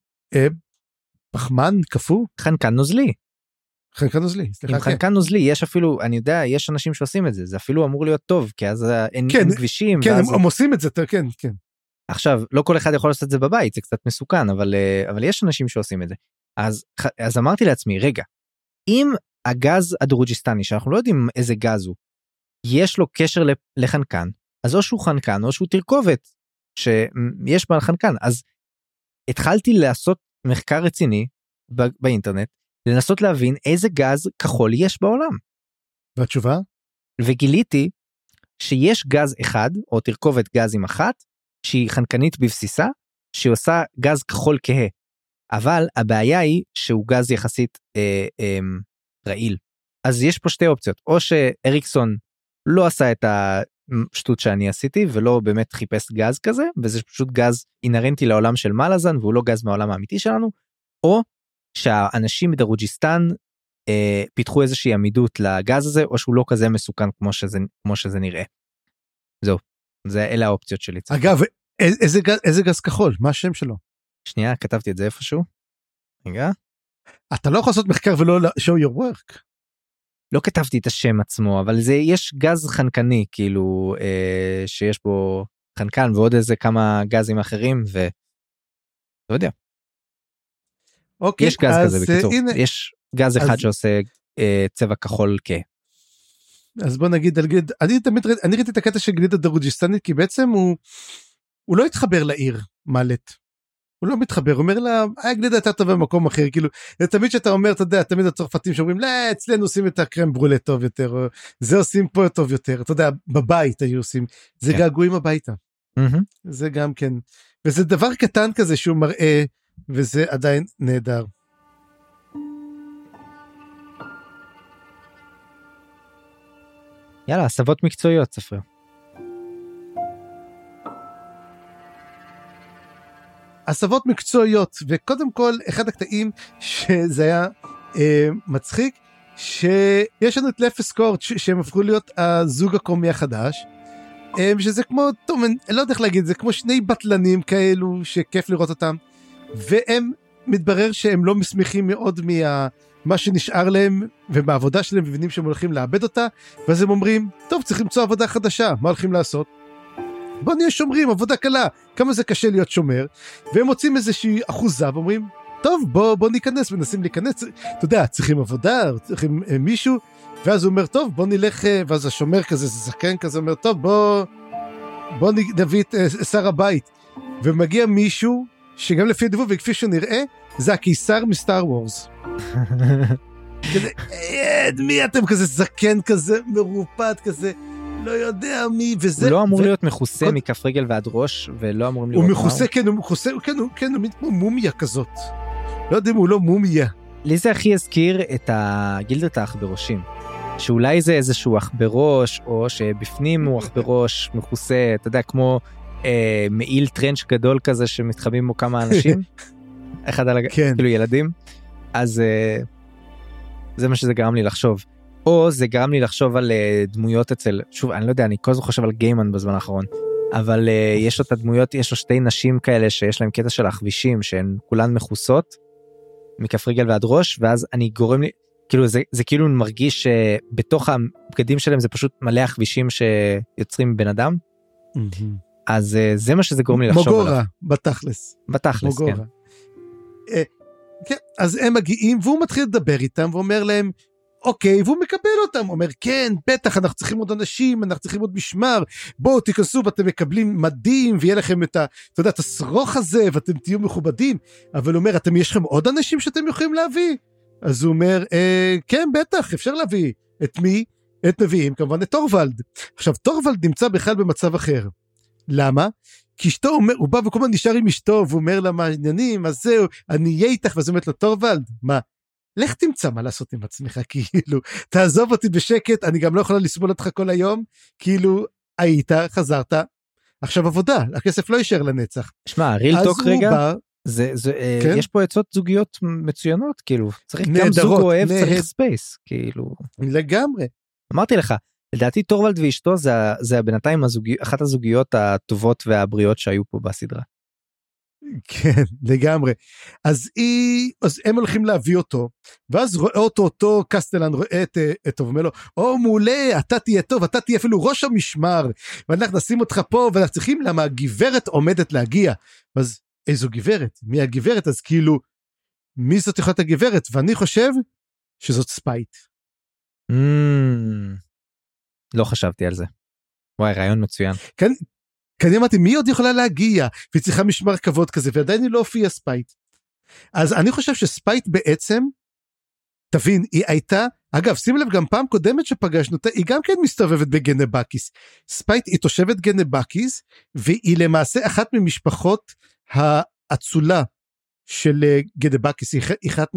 [SPEAKER 2] פחמן קפוא?
[SPEAKER 1] חנקן נוזלי.
[SPEAKER 2] חנקן נוזלי, סליחה.
[SPEAKER 1] עם חנקן נוזלי, יש אפילו, אני יודע, יש אנשים שעושים את זה, זה אפילו אמור להיות טוב, כי אז אין כבישים.
[SPEAKER 2] כן, הם עושים את זה, כן, כן.
[SPEAKER 1] עכשיו, לא כל אחד יכול לעשות את זה בבית, זה קצת מסוכן, אבל יש אנשים שעושים את זה. אז אמרתי לעצמי, רגע, אם הגז הדרוג'יסטני, שאנחנו לא יודעים איזה גז הוא, יש לו קשר לחנקן, אז או שהוא חנקן, או שהוא תרכובת, שיש בה חנקן. אז התחלתי לעשות מחקר רציני באינטרנט, לנסות להבין איזה גז כחול יש בעולם.
[SPEAKER 2] והתשובה?
[SPEAKER 1] וגיליתי שיש גז אחד, או תרכובת גזים אחת, שהיא חנקנית בבסיסה, שהיא עושה גז כחול כהה. אבל הבעיה היא שהוא גז יחסית רעיל. אז יש פה שתי אופציות, או שאריקסון לא עשה את השטות שאני עשיתי, ולא באמת חיפש גז כזה, וזה פשוט גז אינרנטי לעולם של מלאזן, והוא לא גז מהעולם האמיתי שלנו, או שהאנשים בדרוג'יסטן פיתחו איזושהי עמידות לגז הזה, או שהוא לא כזה מסוכן כמו שזה נראה. זהו, אלה האופציות שלי.
[SPEAKER 2] אגב, איזה גז כחול? מה השם שלו?
[SPEAKER 1] שנייה, כתבתי את זה איפשהו. רגע.
[SPEAKER 2] אתה לא יכול לעשות מחקר ולא show your work.
[SPEAKER 1] לא כתבתי את השם עצמו, אבל יש גז חנקני, כאילו, שיש בו חנקן, ועוד איזה כמה גזים אחרים, לא יודע.
[SPEAKER 2] אוקיי,
[SPEAKER 1] יש גז כזה בקיצור, יש גז אחד שעושה צבע כחול
[SPEAKER 2] אז בוא נגיד, אני ראיתי את הקטע של גלידה דרוג'יסטנית, כי בעצם הוא לא התחבר לעיר מלט. הוא לא מתחבר, הוא אומר לה, הגלידה הייתה טובה במקום אחר, כאילו, תמיד שאתה אומר, אתה יודע, תמיד הצרפתים שאומרים, לא, אצלנו עושים את הקרם ברולה טוב יותר, או זה עושים פה טוב יותר, אתה יודע, בבית היו עושים, זה געגועים הביתה. זה גם כן, וזה דבר קטן כזה שהוא מראה, וזה עדיין נהדר.
[SPEAKER 1] יאללה, הסבות מקצועיות, ספר.
[SPEAKER 2] הסבות מקצועיות, וקודם כל, אחד הקטעים שזה היה מצחיק, שיש לנו את לפס קורט, שהם הפכו להיות הזוג הקומי החדש, שזה כמו, טוב, אני לא יודע איך להגיד, זה כמו שני בטלנים כאלו, שכיף לראות אותם, והם מתברר שהם לא מסמיכים מאוד מה שנשאר להם, ובעבודה שלהם מבינים שהם הולכים לאבד אותה, ואז הם אומרים, טוב, צריך למצוא עבודה חדשה, מה הולכים לעשות? בוא נהיה שומרים, עבודה קלה, כמה זה קשה להיות שומר, והם מוצאים איזושהי אחוזה, ואומרים, טוב, בוא ניכנס, מנסים להיכנס, אתה יודע, צריכים עבודה, צריכים מישהו, ואז הוא אומר, טוב, בוא נלך, ואז השומר כזה, זקן כזה, אומר, טוב, בוא נביא את שר הבית, ומגיע מישהו, שגם לפי הדיבור, וכפי שנראה, זה הקיסר מסטאר וורס. מי אתם כזה זקן כזה, מרופד כזה, לא יודע מי, וזה...
[SPEAKER 1] הוא לא אמור להיות מכוסה מכף רגל ועד ראש, ולא אמורים לראות
[SPEAKER 2] הוא מכוסה, כן, הוא מכוסה, כן, הוא כמו מומיה כזאת. לא יודע אם הוא לא מומיה.
[SPEAKER 1] לי זה הכי הזכיר את גילדת האחברושים. שאולי זה איזשהו אחברוש, או שבפנים הוא אחברוש מכוסה, אתה יודע, כמו מעיל טרנץ' גדול כזה, שמתחבאים בו כמה אנשים. אחד על כאילו ילדים. אז זה מה שזה גרם לי לחשוב. או זה גרם לי לחשוב על דמויות אצל, שוב, אני לא יודע, אני כל הזמן חושב על גיימן בזמן האחרון, אבל יש לו את הדמויות, יש לו שתי נשים כאלה שיש להם קטע של החבישים, שהן כולן מכוסות, מכף רגל ועד ראש, ואז אני גורם לי, כאילו זה כאילו מרגיש שבתוך הבגדים שלהם זה פשוט מלא החבישים שיוצרים בן אדם, אז זה מה שזה גורם לי לחשוב עליו.
[SPEAKER 2] מוגורה, בתכלס.
[SPEAKER 1] בתכלס, כן.
[SPEAKER 2] כן, אז הם מגיעים, והוא מתחיל לדבר איתם, ואומר להם, אוקיי, והוא מקבל אותם, אומר, כן, בטח, אנחנו צריכים עוד אנשים, אנחנו צריכים עוד משמר, בואו תיכנסו ואתם מקבלים מדים, ויהיה לכם את אתה יודע, את השרוך הזה, ואתם תהיו מכובדים, אבל הוא אומר, יש לכם עוד אנשים שאתם יכולים להביא? אז הוא אומר, כן, בטח, אפשר להביא. את מי? את מביאים, כמובן, את טורוולד. עכשיו, טורוולד נמצא בכלל במצב אחר. למה? כי אשתו אומר, הוא בא וכל הזמן נשאר עם אשתו, והוא אומר לה מה העניינים, אז זהו, אני אהיה איתך, ואז אומרת לו, טורוולד, מה? לך תמצא מה לעשות עם עצמך, כאילו, תעזוב אותי בשקט, אני גם לא יכולה לסבול אותך כל היום, כאילו, היית, חזרת, עכשיו עבודה, הכסף לא יישאר לנצח.
[SPEAKER 1] שמע, ריל טוק רגע, יש פה עצות זוגיות מצוינות, כאילו, צריך גם זוג אוהב, צריך ספייס, כאילו.
[SPEAKER 2] לגמרי.
[SPEAKER 1] אמרתי לך, לדעתי טורוולד ואשתו זה בינתיים אחת הזוגיות הטובות והבריאות שהיו פה בסדרה.
[SPEAKER 2] כן, לגמרי. אז הם הולכים להביא אותו, ואז רואה אותו קסטלן, רואה את אומר לו, מעולה, אתה תהיה טוב, אתה תהיה אפילו ראש המשמר, ואנחנו נשים אותך פה, ואנחנו צריכים, למה הגברת עומדת להגיע. אז איזו גברת? מי הגברת? אז כאילו, מי זאת יכולת הגברת? ואני חושב שזאת ספייט.
[SPEAKER 1] לא חשבתי על זה. וואי, רעיון מצוין.
[SPEAKER 2] כן, כי אני אמרתי, מי עוד יכולה להגיע? והיא צריכה משמר כבוד כזה, ועדיין היא לא הופיעה ספייט. אז אני חושב שספייט בעצם, תבין, היא הייתה, אגב, שים לב, גם פעם קודמת שפגשנו, היא גם כן מסתובבת בגנבקיס. ספייט היא תושבת גנבקיס, והיא למעשה אחת ממשפחות האצולה של גנבקיס, היא אחת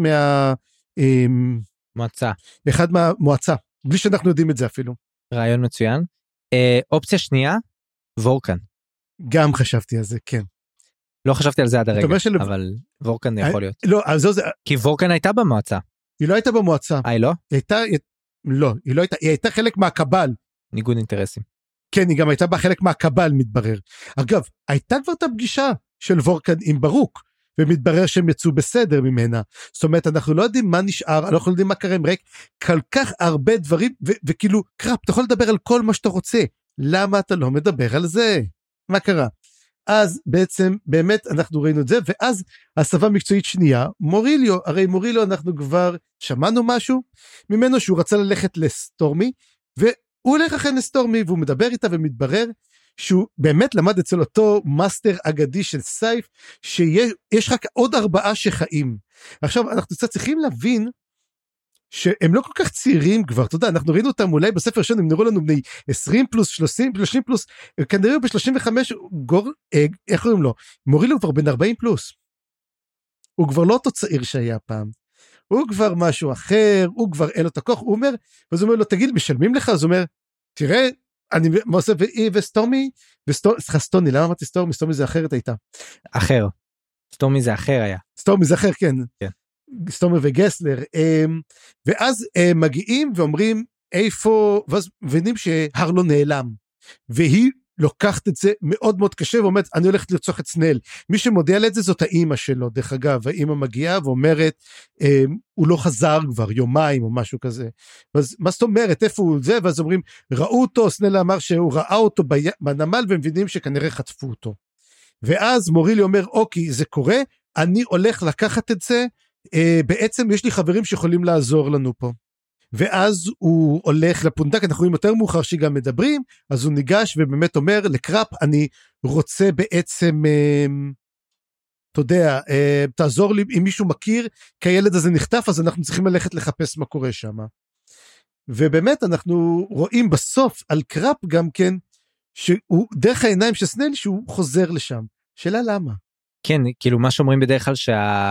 [SPEAKER 1] מועצה.
[SPEAKER 2] אחד מהמועצה, בלי שאנחנו יודעים את זה אפילו. רעיון
[SPEAKER 1] מצוין. אופציה שנייה, וורקן.
[SPEAKER 2] גם חשבתי על זה, כן.
[SPEAKER 1] לא חשבתי על זה עד הרגע, אבל וורקן יכול להיות.
[SPEAKER 2] לא, אז זה...
[SPEAKER 1] כי וורקן הייתה במועצה.
[SPEAKER 2] היא לא הייתה במועצה.
[SPEAKER 1] היא לא?
[SPEAKER 2] לא, היא לא הייתה, היא הייתה חלק מהקבל.
[SPEAKER 1] ניגוד אינטרסים.
[SPEAKER 2] כן, היא גם הייתה בחלק מהקבל, מתברר. אגב, הייתה כבר את הפגישה של וורקן עם ברוק, ומתברר שהם יצאו בסדר ממנה. זאת אומרת, אנחנו לא יודעים מה נשאר, אנחנו לא יודעים מה קרה עם ריק, כל כך הרבה דברים, וכאילו, קרפ, אתה יכול לדבר על כל מה שאתה רוצה. למה אתה לא מדבר על זה? מה קרה? אז בעצם, באמת אנחנו ראינו את זה, ואז הסבה מקצועית שנייה, מוריליו, הרי מוריליו אנחנו כבר שמענו משהו, ממנו שהוא רצה ללכת לסטורמי, והוא הולך אחרי לסטורמי, והוא מדבר איתה ומתברר, שהוא באמת למד אצל אותו מאסטר אגדי של סייף, שיש רק עוד 4 שחיים. עכשיו, אנחנו קצת צריכים להבין, שהם לא כל כך צעירים כבר, אתה יודע, אנחנו ראינו אותם אולי בספר ראשון, הם נראו לנו בני 20 פלוס, 30 פלוס, כנראה ב-35, איך קוראים לו? מורילו כבר בן 40 פלוס. הוא כבר לא אותו צעיר שהיה פעם. הוא כבר משהו אחר, הוא כבר אין לו את הכוח, הוא אומר, ואז הוא אומר לו, תגיד, משלמים לך? אז הוא אומר, תראה, אני עושה, וסטורמי, סטוני, למה אמרתי סטורמי? סטורמי זה אחרת הייתה.
[SPEAKER 1] אחר. סטורמי זה אחר היה.
[SPEAKER 2] סטורמי זה אחר, כן.
[SPEAKER 1] כן.
[SPEAKER 2] סטורמי וגסלר, ואז מגיעים ואומרים, איפה, ואז מבינים שהרלו נעלם, והיא לוקחת את זה מאוד מאוד קשה, ואומרת, אני הולכת לרצוח את סנל. מי שמודיע לה את זה, זאת האמא שלו, דרך אגב, האמא מגיעה ואומרת, הוא לא חזר כבר, יומיים או משהו כזה. אז מה זאת אומרת, איפה הוא זה? ואז אומרים, ראו אותו, סנל אמר שהוא ראה אותו בנמל, ומבינים שכנראה חטפו אותו. ואז מורילי אומר, אוקיי, זה קורה, אני הולך לקחת את זה, בעצם יש לי חברים שיכולים לעזור לנו פה. ואז הוא הולך לפונדק, אנחנו רואים יותר מאוחר שגם מדברים, אז הוא ניגש ובאמת אומר לקראפ, אני רוצה בעצם, אתה יודע, תעזור לי אם מישהו מכיר, כי הילד הזה נחטף, אז אנחנו צריכים ללכת לחפש מה קורה שם. ובאמת אנחנו רואים בסוף על קראפ גם כן, שהוא דרך העיניים של סנל, שהוא חוזר לשם. שאלה למה?
[SPEAKER 1] כן, כאילו מה שאומרים בדרך כלל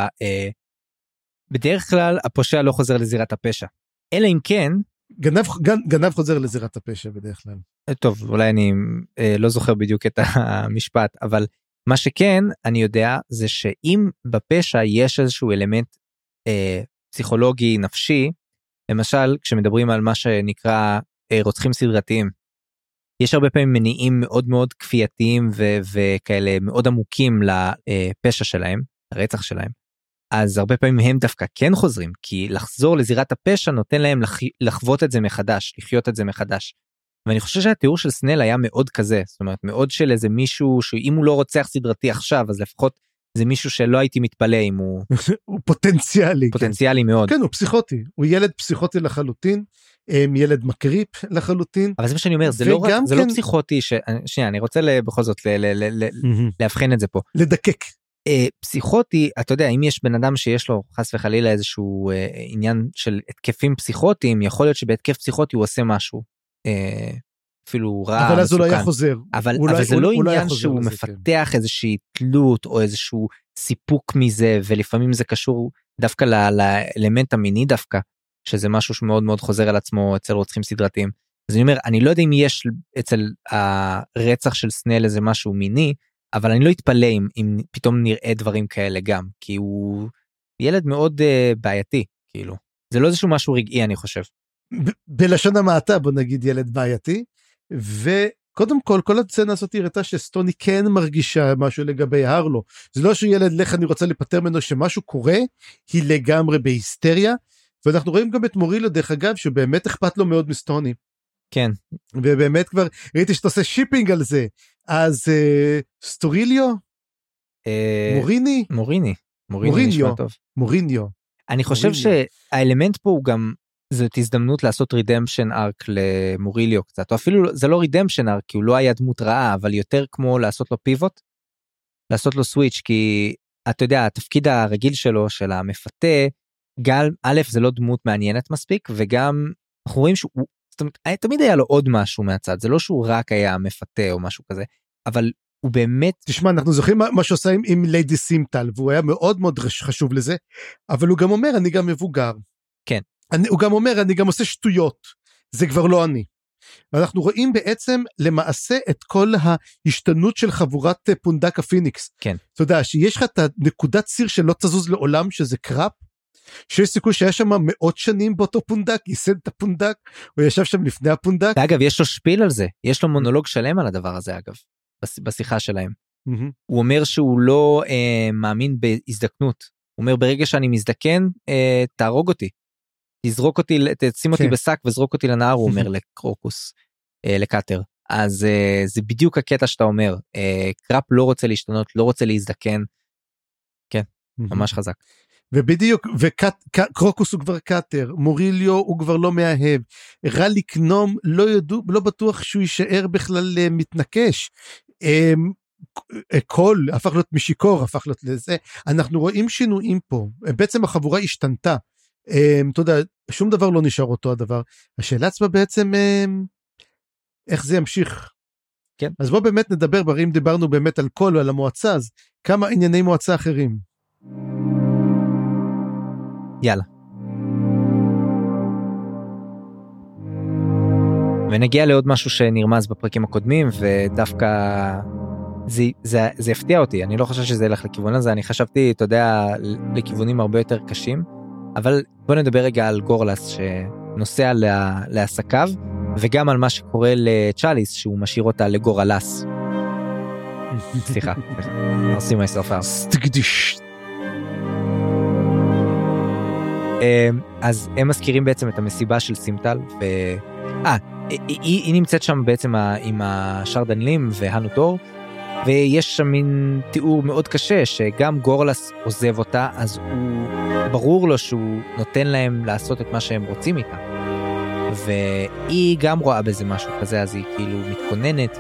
[SPEAKER 1] בדרך כלל הפושע לא חוזר לזירת הפשע. אלא אם כן...
[SPEAKER 2] גנב חוזר לזירת הפשע בדרך כלל.
[SPEAKER 1] טוב, אולי אני לא זוכר בדיוק את המשפט, אבל מה שכן אני יודע זה שאם בפשע יש איזשהו אלמנט פסיכולוגי נפשי, למשל כשמדברים על מה שנקרא רוצחים סדרתיים, יש הרבה פעמים מניעים מאוד מאוד כפייתיים וכאלה מאוד עמוקים לפשע שלהם, הרצח שלהם. אז הרבה פעמים הם דווקא כן חוזרים, כי לחזור לזירת הפשע נותן להם לחוות את זה מחדש, לחיות את זה מחדש. ואני חושב שהתיאור של סנל היה מאוד כזה, זאת אומרת, מאוד של איזה מישהו, שאם הוא לא רוצח סדרתי עכשיו, אז לפחות זה מישהו שלא הייתי מתפלא אם הוא...
[SPEAKER 2] הוא פוטנציאלי.
[SPEAKER 1] פוטנציאלי מאוד.
[SPEAKER 2] כן, הוא פסיכוטי, הוא ילד פסיכוטי לחלוטין, ילד מקריפ לחלוטין.
[SPEAKER 1] אבל זה מה שאני אומר, זה לא פסיכוטי, שנייה, אני רוצה בכל זאת להבחן את זה פה.
[SPEAKER 2] לדקק.
[SPEAKER 1] פסיכוטי, אתה יודע, אם יש בן אדם שיש לו חס וחלילה איזשהו עניין של התקפים פסיכוטיים, יכול להיות שבהתקף פסיכוטי הוא עושה משהו, אפילו רע,
[SPEAKER 2] אבל אז הוא לא היה חוזר.
[SPEAKER 1] אבל זה לא עניין שהוא מפתח איזושהי תלות, או איזשהו סיפוק מזה, ולפעמים זה קשור דווקא לאלמנט המיני דווקא, שזה משהו שמאוד מאוד חוזר על עצמו אצל רוצחים סדרתיים. אז אני אומר, אני לא יודע אם יש אצל הרצח של סנל איזה משהו מיני, אבל אני לא אתפלא אם פתאום נראה דברים כאלה גם, כי הוא ילד מאוד בעייתי, כאילו. זה לא איזשהו משהו רגעי, אני חושב.
[SPEAKER 2] בלשון המעטה, בוא נגיד ילד בעייתי, וקודם כל הסצנה הזאת הראתה שסטוני כן מרגישה משהו לגבי הרלו. זה לא שהוא ילד לך, אני רוצה לפטר ממנו שמשהו קורה, היא לגמרי בהיסטריה, ואנחנו רואים גם את מורילו, דרך אגב, שבאמת אכפת לו מאוד מסטוני.
[SPEAKER 1] כן.
[SPEAKER 2] ובאמת כבר ראיתי שאתה עושה שיפינג על זה. אז סטוריליו? מוריניו.
[SPEAKER 1] אני חושב שהאלמנט פה הוא גם, זאת הזדמנות לעשות רידמפשן ארק למוריליו קצת, או אפילו זה לא רידמפשן ארק, כי הוא לא היה דמות רעה, אבל יותר כמו לעשות לו פיבוט, לעשות לו סוויץ', כי אתה יודע, התפקיד הרגיל שלו, של המפתה, גם א' זה לא דמות מעניינת מספיק, וגם אנחנו רואים שהוא, זאת אומרת, תמיד היה לו עוד משהו מהצד, זה לא שהוא רק היה מפתה או משהו כזה, אבל הוא באמת... תשמע, אנחנו זוכרים מה שעושה עם ליידי סימטל, והוא היה מאוד מאוד חשוב לזה, אבל הוא גם אומר, אני גם מבוגר. כן.
[SPEAKER 2] הוא גם אומר, אני גם עושה שטויות, זה כבר לא אני. ואנחנו רואים בעצם למעשה את כל ההשתנות של חבורת פונדק הפיניקס.
[SPEAKER 1] כן.
[SPEAKER 2] אתה יודע, שיש לך את הנקודת ציר שלא תזוז לעולם, שזה קראפ, שיש סיכוי שהיה שם מאות שנים באותו פונדק, ייסד את הפונדק, הוא ישב שם לפני הפונדק.
[SPEAKER 1] ואגב, יש לו שפיל על זה, יש לו מונולוג שלם על הדבר הזה אגב, בשיחה שלהם. הוא אומר שהוא לא מאמין בהזדקנות, הוא אומר ברגע שאני מזדקן, תהרוג אותי, תזרוק אותי, תשים אותי בשק וזרוק אותי לנהר, הוא אומר לקרוקוס, לקאטר. אז זה בדיוק הקטע שאתה אומר, קראפ לא רוצה להשתנות, לא רוצה להזדקן, כן, ממש חזק.
[SPEAKER 2] ובדיוק, וקרוקוס הוא כבר קאטר, מוריליו הוא כבר לא מאהב, רליק נום לא בטוח שהוא יישאר בכלל מתנקש, קול הפך להיות משיקור, הפך להיות לזה, אנחנו רואים שינויים פה, בעצם החבורה השתנתה, אתה יודע, שום דבר לא נשאר אותו הדבר, השאלה עצמה בעצם, איך זה ימשיך?
[SPEAKER 1] כן.
[SPEAKER 2] אז בוא באמת נדבר, אם דיברנו באמת על קול ועל המועצה, אז כמה ענייני מועצה אחרים?
[SPEAKER 1] יאללה. ונגיע לעוד משהו שנרמז בפרקים הקודמים, ודווקא זה הפתיע אותי, אני לא חושב שזה ילך לכיוון הזה, אני חשבתי, אתה יודע, לכיוונים הרבה יותר קשים, אבל בוא נדבר רגע על גורלס שנוסע לעסקיו, וגם על מה שקורה לצ'אליס, שהוא משאיר אותה לגורלס. סליחה, עושים myself out.
[SPEAKER 2] סטגדיש.
[SPEAKER 1] אז הם מזכירים בעצם את המסיבה של סימטל, היא נמצאת שם בעצם עם השרדנלים והנוטור, ויש שם מין תיאור מאוד קשה, שגם גורלס עוזב אותה, אז הוא ברור לו שהוא נותן להם לעשות את מה שהם רוצים איתה. והיא גם רואה בזה משהו כזה, אז היא כאילו מתכוננת,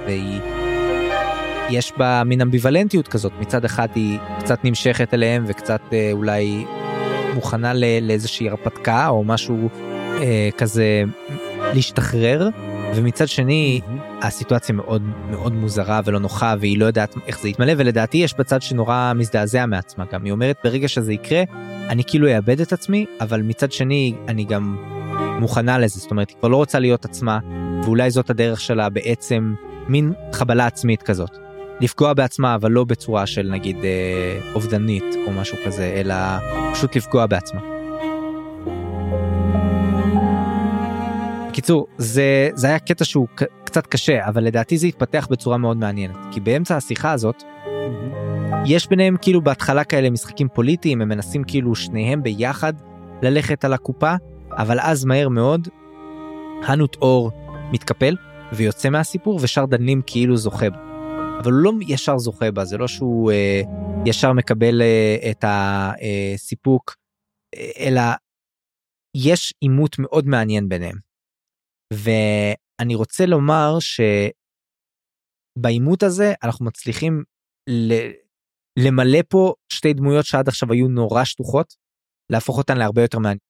[SPEAKER 1] יש בה מין אמביוולנטיות כזאת, מצד אחד היא קצת נמשכת אליהם, וקצת אולי מוכנה לאיזושהי הרפתקה, או משהו כזה להשתחרר, ומצד שני, הסיטואציה מאוד מאוד מוזרה ולא נוחה, והיא לא יודעת איך זה יתמלא, ולדעתי יש בצד שנורא מזדעזע מעצמה גם. היא אומרת, ברגע שזה יקרה, אני כאילו אאבד את עצמי, אבל מצד שני, אני גם מוכנה לזה, זאת אומרת, היא כבר לא רוצה להיות עצמה, ואולי זאת הדרך שלה בעצם מין חבלה עצמית כזאת. לפגוע בעצמה, אבל לא בצורה של נגיד אובדנית או משהו כזה, אלא פשוט לפגוע בעצמה. בקיצור, זה היה קטע שהוא קצת קשה, אבל לדעתי זה התפתח בצורה מאוד מעניינת, כי באמצע השיחה הזאת, יש ביניהם כאילו בהתחלה כאלה משחקים פוליטיים, הם מנסים כאילו שניהם ביחד ללכת על הקופה, אבל אז מהר מאוד, הנוט אור מתקפל ויוצא מהסיפור, ושרדנים כאילו זוכה בה. אבל הוא לא ישר זוכה בה, זה לא שהוא ישר מקבל את הסיפוק, אלא יש עימות מאוד מעניין ביניהם. ואני רוצה לומר שבעימות הזה אנחנו מצליחים למלא פה שתי דמויות שעד עכשיו היו נורא שטוחות, להפוך אותן להרבה יותר מעניין.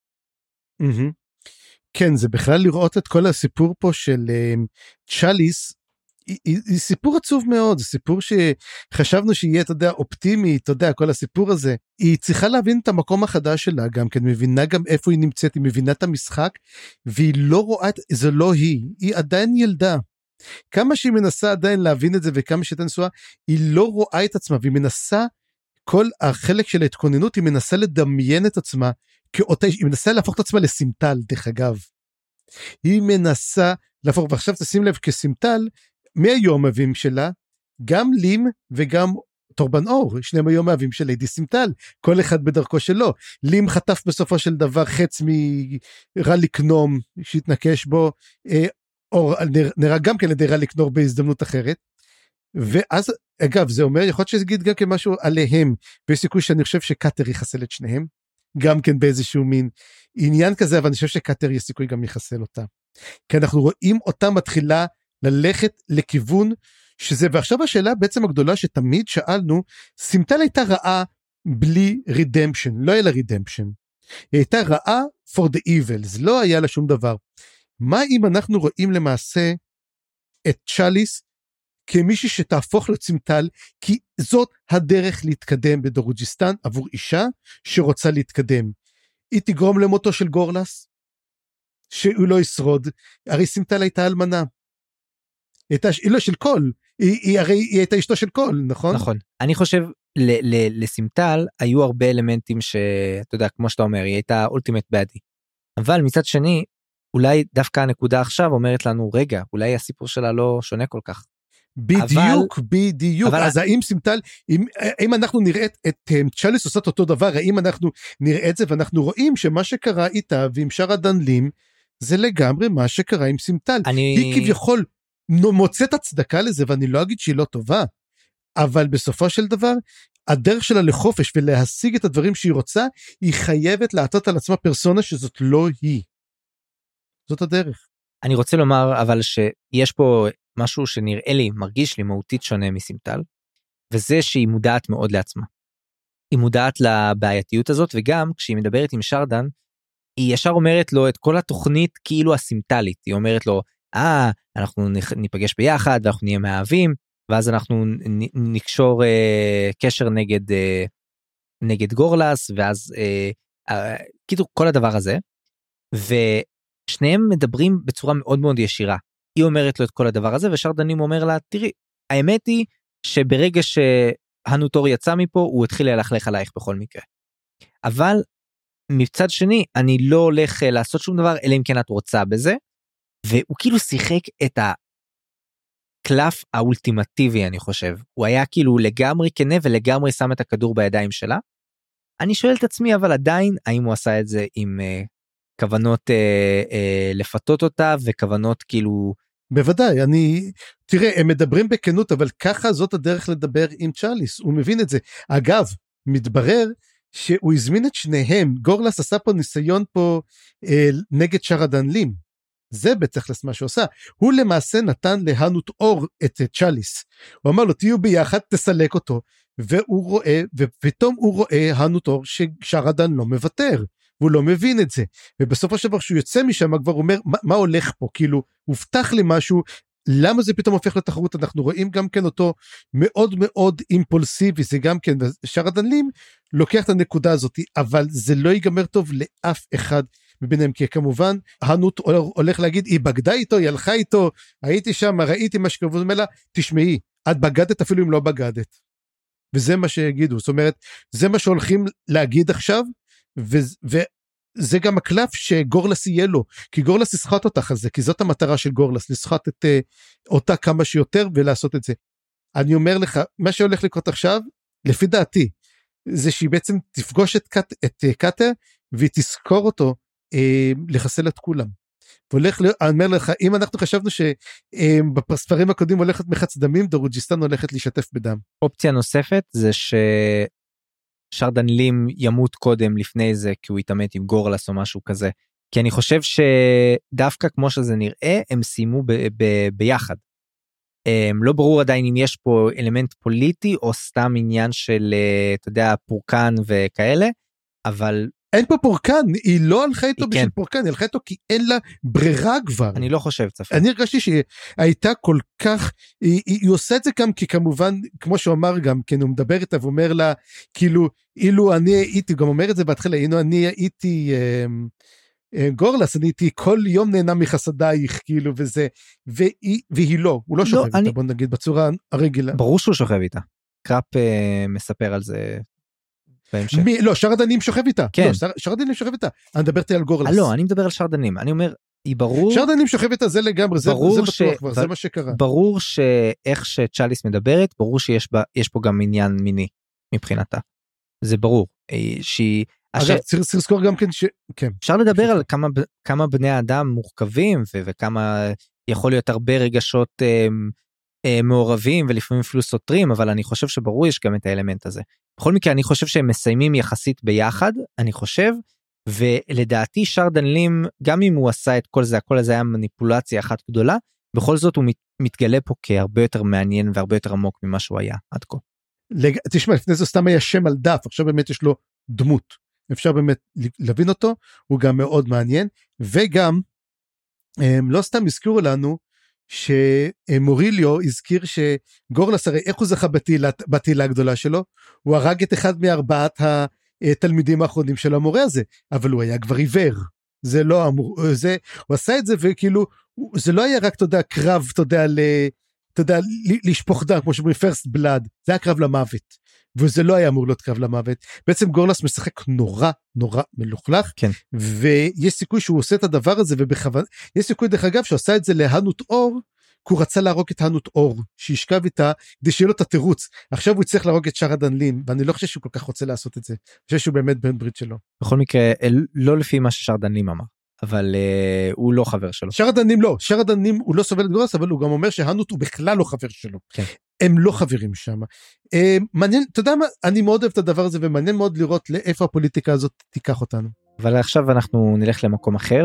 [SPEAKER 2] כן, זה בכלל לראות את כל הסיפור פה של צ'אליס, היא סיפור עצוב מאוד, זה סיפור שחשבנו שיהיה, אתה יודע, אופטימי, אתה יודע, כל הסיפור הזה. היא צריכה להבין את המקום החדש שלה, גם כן מבינה גם איפה היא נמצאת, היא מבינה את המשחק, והיא לא רואה, זה לא היא עדיין ילדה. כמה שהיא מנסה עדיין להבין את זה, וכמה שהיא תנסועה, היא לא רואה את עצמה, והיא מנסה, כל החלק של ההתכוננות, היא מנסה לדמיין את עצמה, היא מנסה להפוך את עצמה לסימטל, דרך אגב. היא מנסה להפוך, ועכשיו תשים לב כסימטל, מהיום אבים שלה, גם לים וגם טורבן אור, שניהם היום אבים של לידי סימטל, כל אחד בדרכו שלו. לים חטף בסופו של דבר חץ מרליק נום שהתנקש בו, אור נראה גם כן לידי רליק נור בהזדמנות אחרת, ואז אגב זה אומר, יכול להיות שיגיד גם כן משהו עליהם, ויש סיכוי שאני חושב שקאטר יחסל את שניהם, גם כן באיזשהו מין עניין כזה, אבל אני חושב שקאטר יש סיכוי גם יחסל אותה, כי אנחנו רואים אותה מתחילה ללכת לכיוון שזה, ועכשיו השאלה בעצם הגדולה שתמיד שאלנו, סימטל הייתה רעה בלי רידמפשן, לא היה לה רידמפשן, היא הייתה רעה for the evils, לא היה לה שום דבר. מה אם אנחנו רואים למעשה את צ'אליס כמישהי שתהפוך לסימטל, כי זאת הדרך להתקדם בדרוג'יסטן עבור אישה שרוצה להתקדם. היא תגרום למותו של גורלס, שהוא לא ישרוד, הרי סימטל הייתה אלמנה, היא לא של קול, היא הייתה אשתו של קול, נכון?
[SPEAKER 1] נכון, אני חושב לסימטל היו הרבה אלמנטים שאתה יודע, כמו שאתה אומר, היא הייתה אולטימט באדי, אבל מצד שני, אולי דווקא הנקודה עכשיו אומרת לנו, רגע, אולי הסיפור שלה לא שונה כל כך.
[SPEAKER 2] בדיוק, בדיוק, אז האם סימטל, אם אנחנו נראה את צ'אליס עושה אותו דבר, האם אנחנו נראה את זה, ואנחנו רואים שמה שקרה איתה, ועם שאר הדנלים, זה לגמרי מה שקרה עם סימטל, היא כביכול מוצאת הצדקה לזה, ואני לא אגיד שהיא לא טובה, אבל בסופו של דבר, הדרך שלה לחופש ולהשיג את הדברים שהיא רוצה, היא חייבת לעטות על עצמה פרסונה שזאת לא היא. זאת הדרך.
[SPEAKER 1] אני רוצה לומר אבל שיש פה משהו שנראה לי, מרגיש לי מהותית שונה מסימטל, וזה שהיא מודעת מאוד לעצמה. היא מודעת לבעייתיות הזאת, וגם כשהיא מדברת עם שרדן, היא ישר אומרת לו את כל התוכנית כאילו הסימטלית, היא אומרת לו, אנחנו ניפגש ביחד, ואנחנו נהיה מאהבים, ואז אנחנו נקשור קשר נגד גורלס, ואז כאילו כל הדבר הזה, ושניהם מדברים בצורה מאוד מאוד ישירה, היא אומרת לו את כל הדבר הזה, ושרדנים אומר לה, תראי, האמת היא שברגע שהנוטור יצא מפה, הוא התחיל ללכלך עלייך בכל מקרה. אבל מצד שני, אני לא הולך לעשות שום דבר, אלא אם כן את רוצה בזה, והוא כאילו שיחק את הקלף האולטימטיבי, אני חושב. הוא היה כאילו לגמרי כנה, ולגמרי שם את הכדור בידיים שלה. אני שואל את עצמי, אבל עדיין, האם הוא עשה את זה עם כוונות לפתות אותה, וכוונות כאילו...
[SPEAKER 2] בוודאי, תראה, הם מדברים בכנות, אבל ככה זאת הדרך לדבר עם צ'רליס, הוא מבין את זה. אגב, מתברר שהוא הזמין את שניהם, גורלס עשה פה ניסיון פה נגד שרדן לים, זה בתכלס מה שהוא עשה, הוא למעשה נתן להנות אור את צ'רליס, הוא אמר לו תהיו ביחד, תסלק אותו, והוא רואה, ופתאום הוא רואה הנות אור ששרדן לא מוותר, והוא לא מבין את זה, ובסופו של דבר שהוא יוצא משם כבר אומר, מה הולך פה, כאילו הובטח לי משהו, למה זה פתאום הופך לתחרות, אנחנו רואים גם כן אותו מאוד מאוד אימפולסיבי, זה גם כן, שרדן לים לוקח את הנקודה הזאת, אבל זה לא ייגמר טוב לאף אחד מביניהם, כי כמובן, הנות הולך להגיד, היא בגדה איתו, היא הלכה איתו, הייתי שם, ראיתי מה שקרבו, זאת אומרת, תשמעי, את בגדת אפילו אם לא בגדת, וזה מה שיגידו, זאת אומרת, זה מה שהולכים להגיד עכשיו, וזה גם הקלף שגורלס יהיה לו, כי גורלס יסחט אותך על זה, כי זאת המטרה של גורלס, לסחט אותה כמה שיותר ולעשות את זה. אני אומר לך, מה שהולך לקרות עכשיו, לפי דעתי, זה שהיא בעצם תפגוש את קאטר, והיא תזכור אותו לחסל את כולם. אני אומר לך, אם אנחנו חשבנו שבספרים הקודמים הולכת מחץ דמים, דרוג'יסטן הולכת להשתף בדם.
[SPEAKER 1] אופציה נוספת זה ששרדן לים ימות קודם לפני זה, כי הוא יתאמת עם גורלס או משהו כזה. כי אני חושב שדווקא כמו שזה נראה, הם סיימו ביחד. לא ברור עדיין אם יש פה אלמנט פוליטי, או סתם עניין של, אתה יודע, פורקן וכאלה, אבל...
[SPEAKER 2] אין פה פורקן, היא לא הלכה איתו בשביל פורקן, היא הלכה איתו כי אין לה ברירה כבר.
[SPEAKER 1] אני לא חושב, צפי.
[SPEAKER 2] אני הרגשתי שהיא הייתה כל כך, היא עושה את זה גם כי כמובן, כמו שהוא אמר גם, כן, הוא מדבר איתה ואומר לה, כאילו, אילו אני הייתי, גם אומר את זה בהתחלה, אילו אני הייתי גורלס, אני הייתי כל יום נהנה מחסדייך, כאילו, וזה, והיא לא, הוא לא שוכב איתה, בוא נגיד, בצורה הרגילה.
[SPEAKER 1] ברור שהוא שוכב איתה. קראפ מספר על זה בהמשך.
[SPEAKER 2] לא, שרדנים שוכב איתה.
[SPEAKER 1] כן.
[SPEAKER 2] לא, שרדנים שוכב איתה. אני מדברתי על גורלס.
[SPEAKER 1] לא, אני מדבר על שרדנים. אני אומר, היא ברור...
[SPEAKER 2] שרדנים שוכב איתה, זה לגמרי, זה בטוח כבר, זה מה שקרה.
[SPEAKER 1] ברור שאיך שצ'אליס מדברת, ברור שיש פה גם עניין מיני מבחינתה. זה ברור.
[SPEAKER 2] אגב, צריך לזכור גם כן כן.
[SPEAKER 1] אפשר לדבר על כמה בני האדם מורכבים, וכמה יכול להיות הרבה רגשות מעורבים, ולפעמים אפילו סותרים, אבל אני חושב שברור יש גם את האלמנט הזה. בכל מקרה, אני חושב שהם מסיימים יחסית ביחד, אני חושב, ולדעתי שרדן לים, גם אם הוא עשה את כל זה, הכל הזה היה מניפולציה אחת גדולה, בכל זאת הוא מתגלה פה כהרבה יותר מעניין, והרבה יותר עמוק ממה שהוא היה עד כה.
[SPEAKER 2] תשמע, לפני זה סתם היה שם על דף, עכשיו באמת יש לו דמות, אפשר באמת להבין אותו, הוא גם מאוד מעניין, וגם, לא סתם הזכירו לנו, שמוריליו הזכיר שגורלס, הרי איך הוא זכה בתהילה הגדולה שלו, הוא הרג את אחד מארבעת התלמידים האחרונים של המורה הזה, אבל הוא היה כבר עיוור, זה לא אמור, הוא עשה את זה וכאילו, זה לא היה רק, אתה יודע, קרב, אתה יודע, לשפוך דם, כמו שאומרים, first blood, זה היה קרב למוות, וזה לא היה אמור להיות קרב למוות, בעצם גורלס משחק נורא מלוכלך,
[SPEAKER 1] כן.
[SPEAKER 2] ויש סיכוי שהוא עושה את הדבר הזה, יש סיכוי דרך אגב, שהוא עשה את זה להנות אור, כי הוא רצה להרוג את הנות אור, שישכב איתה, כדי שיהיה לו את התירוץ, עכשיו הוא צריך להרוג את שרדן לים, ואני לא חושב שהוא כל כך רוצה לעשות את זה, אני חושב שהוא באמת בן ברית שלו.
[SPEAKER 1] בכל מקרה, לא לפי מה ששרדן לים אמר, אבל הוא לא חבר שלו.
[SPEAKER 2] שאר הדנים הוא לא סובל את גורלס, אבל הוא גם אומר שהנוט הוא בכלל לא חבר שלו.
[SPEAKER 1] כן.
[SPEAKER 2] הם לא חברים שם. מעניין, אתה יודע מה, אני מאוד אוהב את הדבר הזה, ומעניין מאוד לראות לאיפה הפוליטיקה הזאת תיקח אותנו.
[SPEAKER 1] אבל עכשיו אנחנו נלך למקום אחר,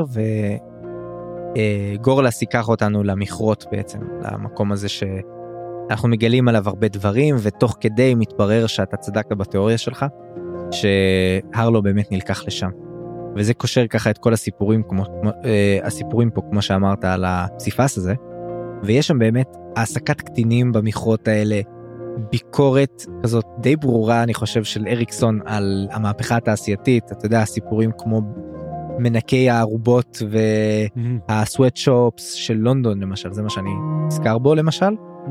[SPEAKER 1] וגורלס ייקח אותנו למכרות בעצם, למקום הזה שאנחנו מגלים עליו הרבה דברים, ותוך כדי מתברר שאתה צדקת בתיאוריה שלך, שהרלו באמת נלקח לשם. וזה קושר ככה את כל הסיפורים, הסיפורים פה, כמו שאמרת, על הפסיפס הזה, ויש שם באמת העסקת קטינים במכרות האלה, ביקורת כזאת די ברורה, אני חושב, של אריקסון על המהפכה התעשייתית, אתה יודע, הסיפורים כמו מנקי הערובות והסווטשופס של לונדון, למשל, זה מה שאני אזכר בו, למשל,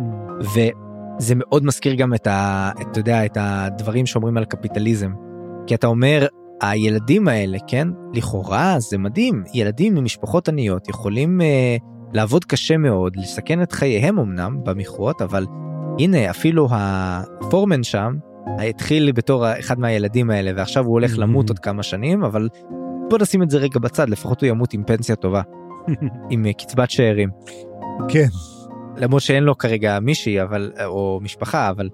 [SPEAKER 1] וזה מאוד מזכיר גם אתה יודע, את הדברים שאומרים על קפיטליזם, כי אתה אומר, הילדים האלה, כן, לכאורה זה מדהים, ילדים ממשפחות עניות יכולים לעבוד קשה מאוד, לסכן את חייהם אמנם במכרות, אבל הנה אפילו הפורמן שם, התחיל בתור אחד מהילדים האלה, ועכשיו הוא הולך למות עוד כמה שנים, אבל בוא נשים את זה רגע בצד, לפחות הוא ימות עם פנסיה טובה, עם קצבת שאירים.
[SPEAKER 2] כן.
[SPEAKER 1] למרות שאין לו כרגע מישהי, או משפחה, אבל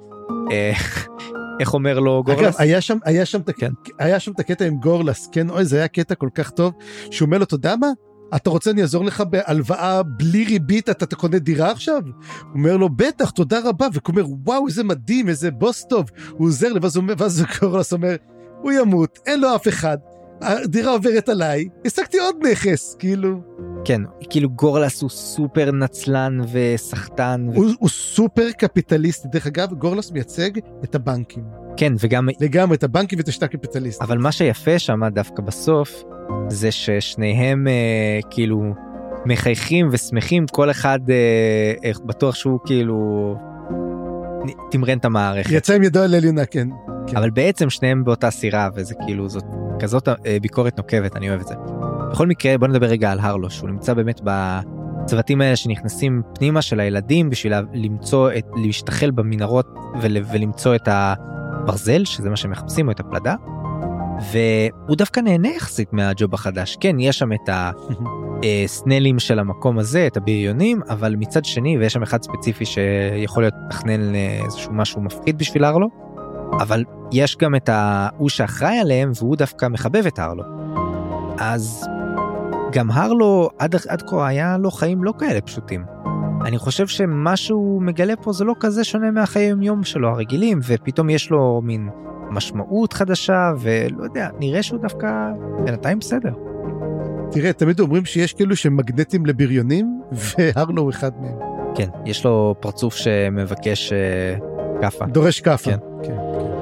[SPEAKER 1] איך אומר לו גורלס?
[SPEAKER 2] אגב, היה שם את הקטע עם גורלס, כן, אוי, זה היה קטע כל כך טוב, שהוא אומר לו, אתה יודע מה? אתה רוצה אני אעזור לך בהלוואה בלי ריבית, אתה קונה דירה עכשיו? הוא אומר לו, בטח, תודה רבה, והוא אומר, וואו, איזה מדהים, איזה בוס טוב, הוא עוזר לי, ואז גורלס אומר, הוא ימות, אין לו אף אחד, הדירה עוברת עליי, השגתי עוד נכס, כאילו.
[SPEAKER 1] כן, כאילו גורלס הוא סופר נצלן וסחטן.
[SPEAKER 2] הוא סופר קפיטליסט, דרך אגב, גורלס מייצג את הבנקים.
[SPEAKER 1] כן, וגם...
[SPEAKER 2] לגמרי, את הבנקים ואת השתה קפיטליסט.
[SPEAKER 1] אבל מה שיפה שם דווקא בסוף, זה ששניהם כאילו מחייכים ושמחים, כל אחד בטוח שהוא כאילו תמרן את המערכת.
[SPEAKER 2] יצא עם ידו על עליונה, כן.
[SPEAKER 1] אבל בעצם שניהם באותה סירה, וזה כאילו זאת כזאת ביקורת נוקבת, אני אוהב את זה. בכל מקרה, בוא נדבר רגע על הרלו, שהוא נמצא באמת בצוותים האלה שנכנסים פנימה של הילדים, בשביל להשתחל במנהרות ולמצוא את הברזל, שזה מה שמחפשים, או את הפלדה. והוא דווקא נהנה יחסית מהג'וב החדש. כן, יש שם את הסנלים של המקום הזה, את הבריונים, אבל מצד שני, ויש שם אחד ספציפי שיכול להיות תכנן איזשהו משהו מפחיד בשביל הרלו, אבל יש גם את הוא שאחראי עליהם, והוא דווקא מחבב את הרלו. אז גם הרלו עד כה היה לו חיים לא כאלה פשוטים. אני חושב שמה שהוא מגלה פה זה לא כזה שונה מהחיי יום שלו הרגילים, ופתאום יש לו מין משמעות חדשה, ולא יודע, נראה שהוא דווקא בינתיים בסדר.
[SPEAKER 2] תראה, תמיד אומרים שיש כאילו שמגנטים לבריונים, והרלו הוא אחד מהם.
[SPEAKER 1] כן, יש לו פרצוף שמבקש קפה.
[SPEAKER 2] דורש קפה.
[SPEAKER 1] כן.
[SPEAKER 2] כן.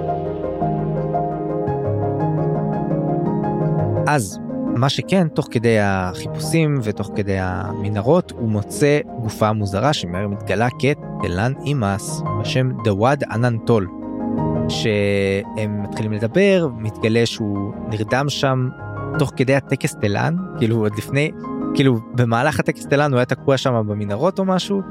[SPEAKER 1] אז מה שכן, תוך כדי החיפושים ותוך כדי המנהרות, הוא מוצא גופה מוזרה שמהר מתגלה כתלן אימאס, בשם דוואד אננטול, שהם מתחילים לדבר, מתגלה שהוא נרדם שם תוך כדי הטקס תלן, כאילו עוד לפני, כאילו במהלך הטקס תלן הוא היה תקוע שם במנהרות או משהו,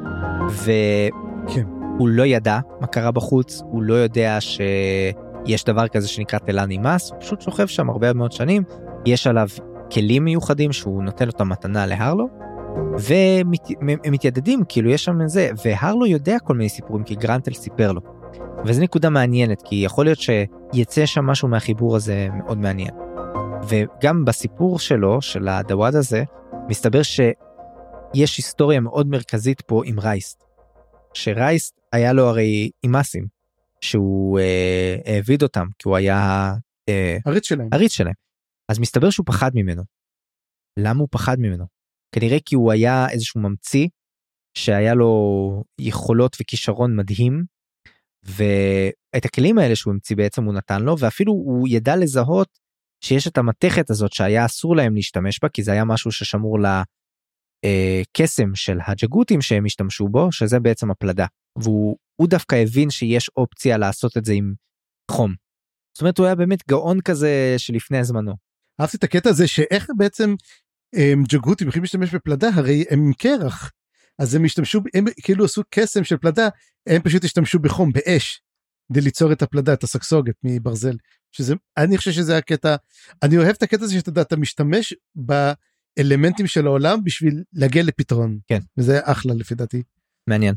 [SPEAKER 1] והוא לא ידע מה קרה בחוץ, הוא לא יודע שיש דבר כזה שנקרא תלן אימאס, הוא פשוט שוכב שם הרבה מאוד שנים, יש עליו כלים מיוחדים שהוא נותן אותם מתנה להרלו, והם מתיידדים, כאילו יש שם זה, והרלו יודע כל מיני סיפורים, כי גרנטל סיפר לו. וזו נקודה מעניינת, כי יכול להיות שיצא שם משהו מהחיבור הזה מאוד מעניין. וגם בסיפור שלו, של הדוואד הזה, מסתבר שיש היסטוריה מאוד מרכזית פה עם רייסט. שרייסט היה לו הרי אימאסים, שהוא העביד אותם, כי הוא היה הריץ שלהם. אז מסתבר שהוא פחד ממנו. למה הוא פחד ממנו? כנראה כי הוא היה איזשהו ממציא, שהיה לו יכולות וכישרון מדהים, ואת הכלים האלה שהוא המציא בעצם הוא נתן לו, ואפילו הוא ידע לזהות שיש את המתכת הזאת שהיה אסור להם להשתמש בה, כי זה היה משהו ששמור לקסם של הג'גותים שהם השתמשו בו, שזה בעצם הפלדה. והוא דווקא הבין שיש אופציה לעשות את זה עם חום. זאת אומרת, הוא היה באמת גאון כזה שלפני הזמנו.
[SPEAKER 2] אהבתי את הקטע הזה שאיך בעצם ג'גותים יכולים להשתמש בפלדה, הרי הם עם קרח. אז הם השתמשו, הם כאילו עשו קסם של פלדה, הם פשוט השתמשו בחום, באש, כדי ליצור את הפלדה, את הסקסוגת מברזל, אני חושב שזה הקטע, אני אוהב את הקטע הזה שאתה יודע, אתה משתמש אלמנטים של העולם בשביל להגיע לפתרון.
[SPEAKER 1] כן.
[SPEAKER 2] וזה אחלה לפי דעתי.
[SPEAKER 1] מעניין.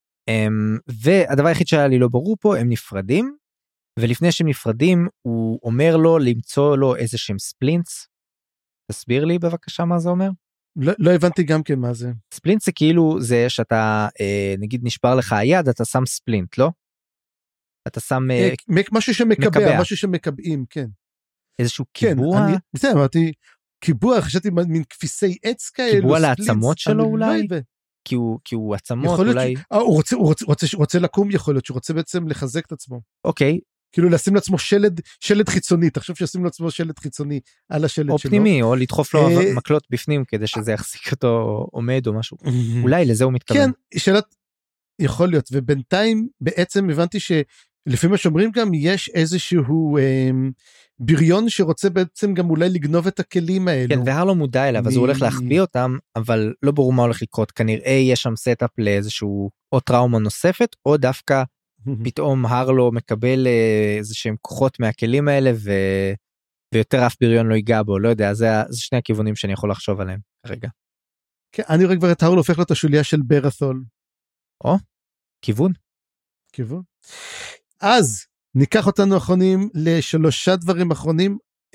[SPEAKER 1] והדבר היחיד שהיה לי לא ברור פה, הם נפרדים, ולפני שהם נפרדים, הוא אומר לו למצוא לו איזה שהם ספלינטס. תסביר לי בבקשה מה זה אומר.
[SPEAKER 2] לא הבנתי גם כן מה זה.
[SPEAKER 1] ספלינט זה כאילו זה שאתה נגיד נשבר לך היד, אתה שם ספלינט, לא? אתה שם
[SPEAKER 2] משהו שמקבע, משהו שמקבעים, כן.
[SPEAKER 1] איזשהו קיבוע?
[SPEAKER 2] כן, אמרתי, קיבוע, חשבתי מין כפיסי עץ כאלו.
[SPEAKER 1] קיבוע לעצמות שלו אולי? כי הוא עצמות אולי.
[SPEAKER 2] הוא רוצה לקום, יכול להיות שהוא רוצה בעצם לחזק את עצמו.
[SPEAKER 1] אוקיי.
[SPEAKER 2] כאילו לשים לעצמו שלד חיצוני, תחשוב שישים לעצמו שלד חיצוני על השלד שלו.
[SPEAKER 1] או פנימי, או לדחוף לו מקלות בפנים, כדי שזה יחזיק אותו עומד או משהו. אולי לזה הוא מתכוון.
[SPEAKER 2] כן, שאלת, יכול להיות, ובינתיים בעצם הבנתי שלפי מה שאומרים גם, יש איזשהו בריון שרוצה בעצם גם אולי לגנוב את הכלים האלו.
[SPEAKER 1] כן, והר לא מודע אליו, אז הוא הולך להחביא אותם, אבל לא ברור מה הולך לקרות, כנראה יש שם סטאפ לאיזשהו או טראומה נוספת, או דווקא פתאום הרלו מקבל איזה שהם כוחות מהכלים האלה, ויותר אף בריון לא ייגע בו, לא יודע, זה שני הכיוונים שאני יכול לחשוב עליהם כרגע.
[SPEAKER 2] כן, אני רואה כבר את הרלו הופך להיות השוליה של ברת'ול.
[SPEAKER 1] או, כיוון.
[SPEAKER 2] כיוון. אז ניקח אותנו אחרונים לשלושה דברים אחרונים,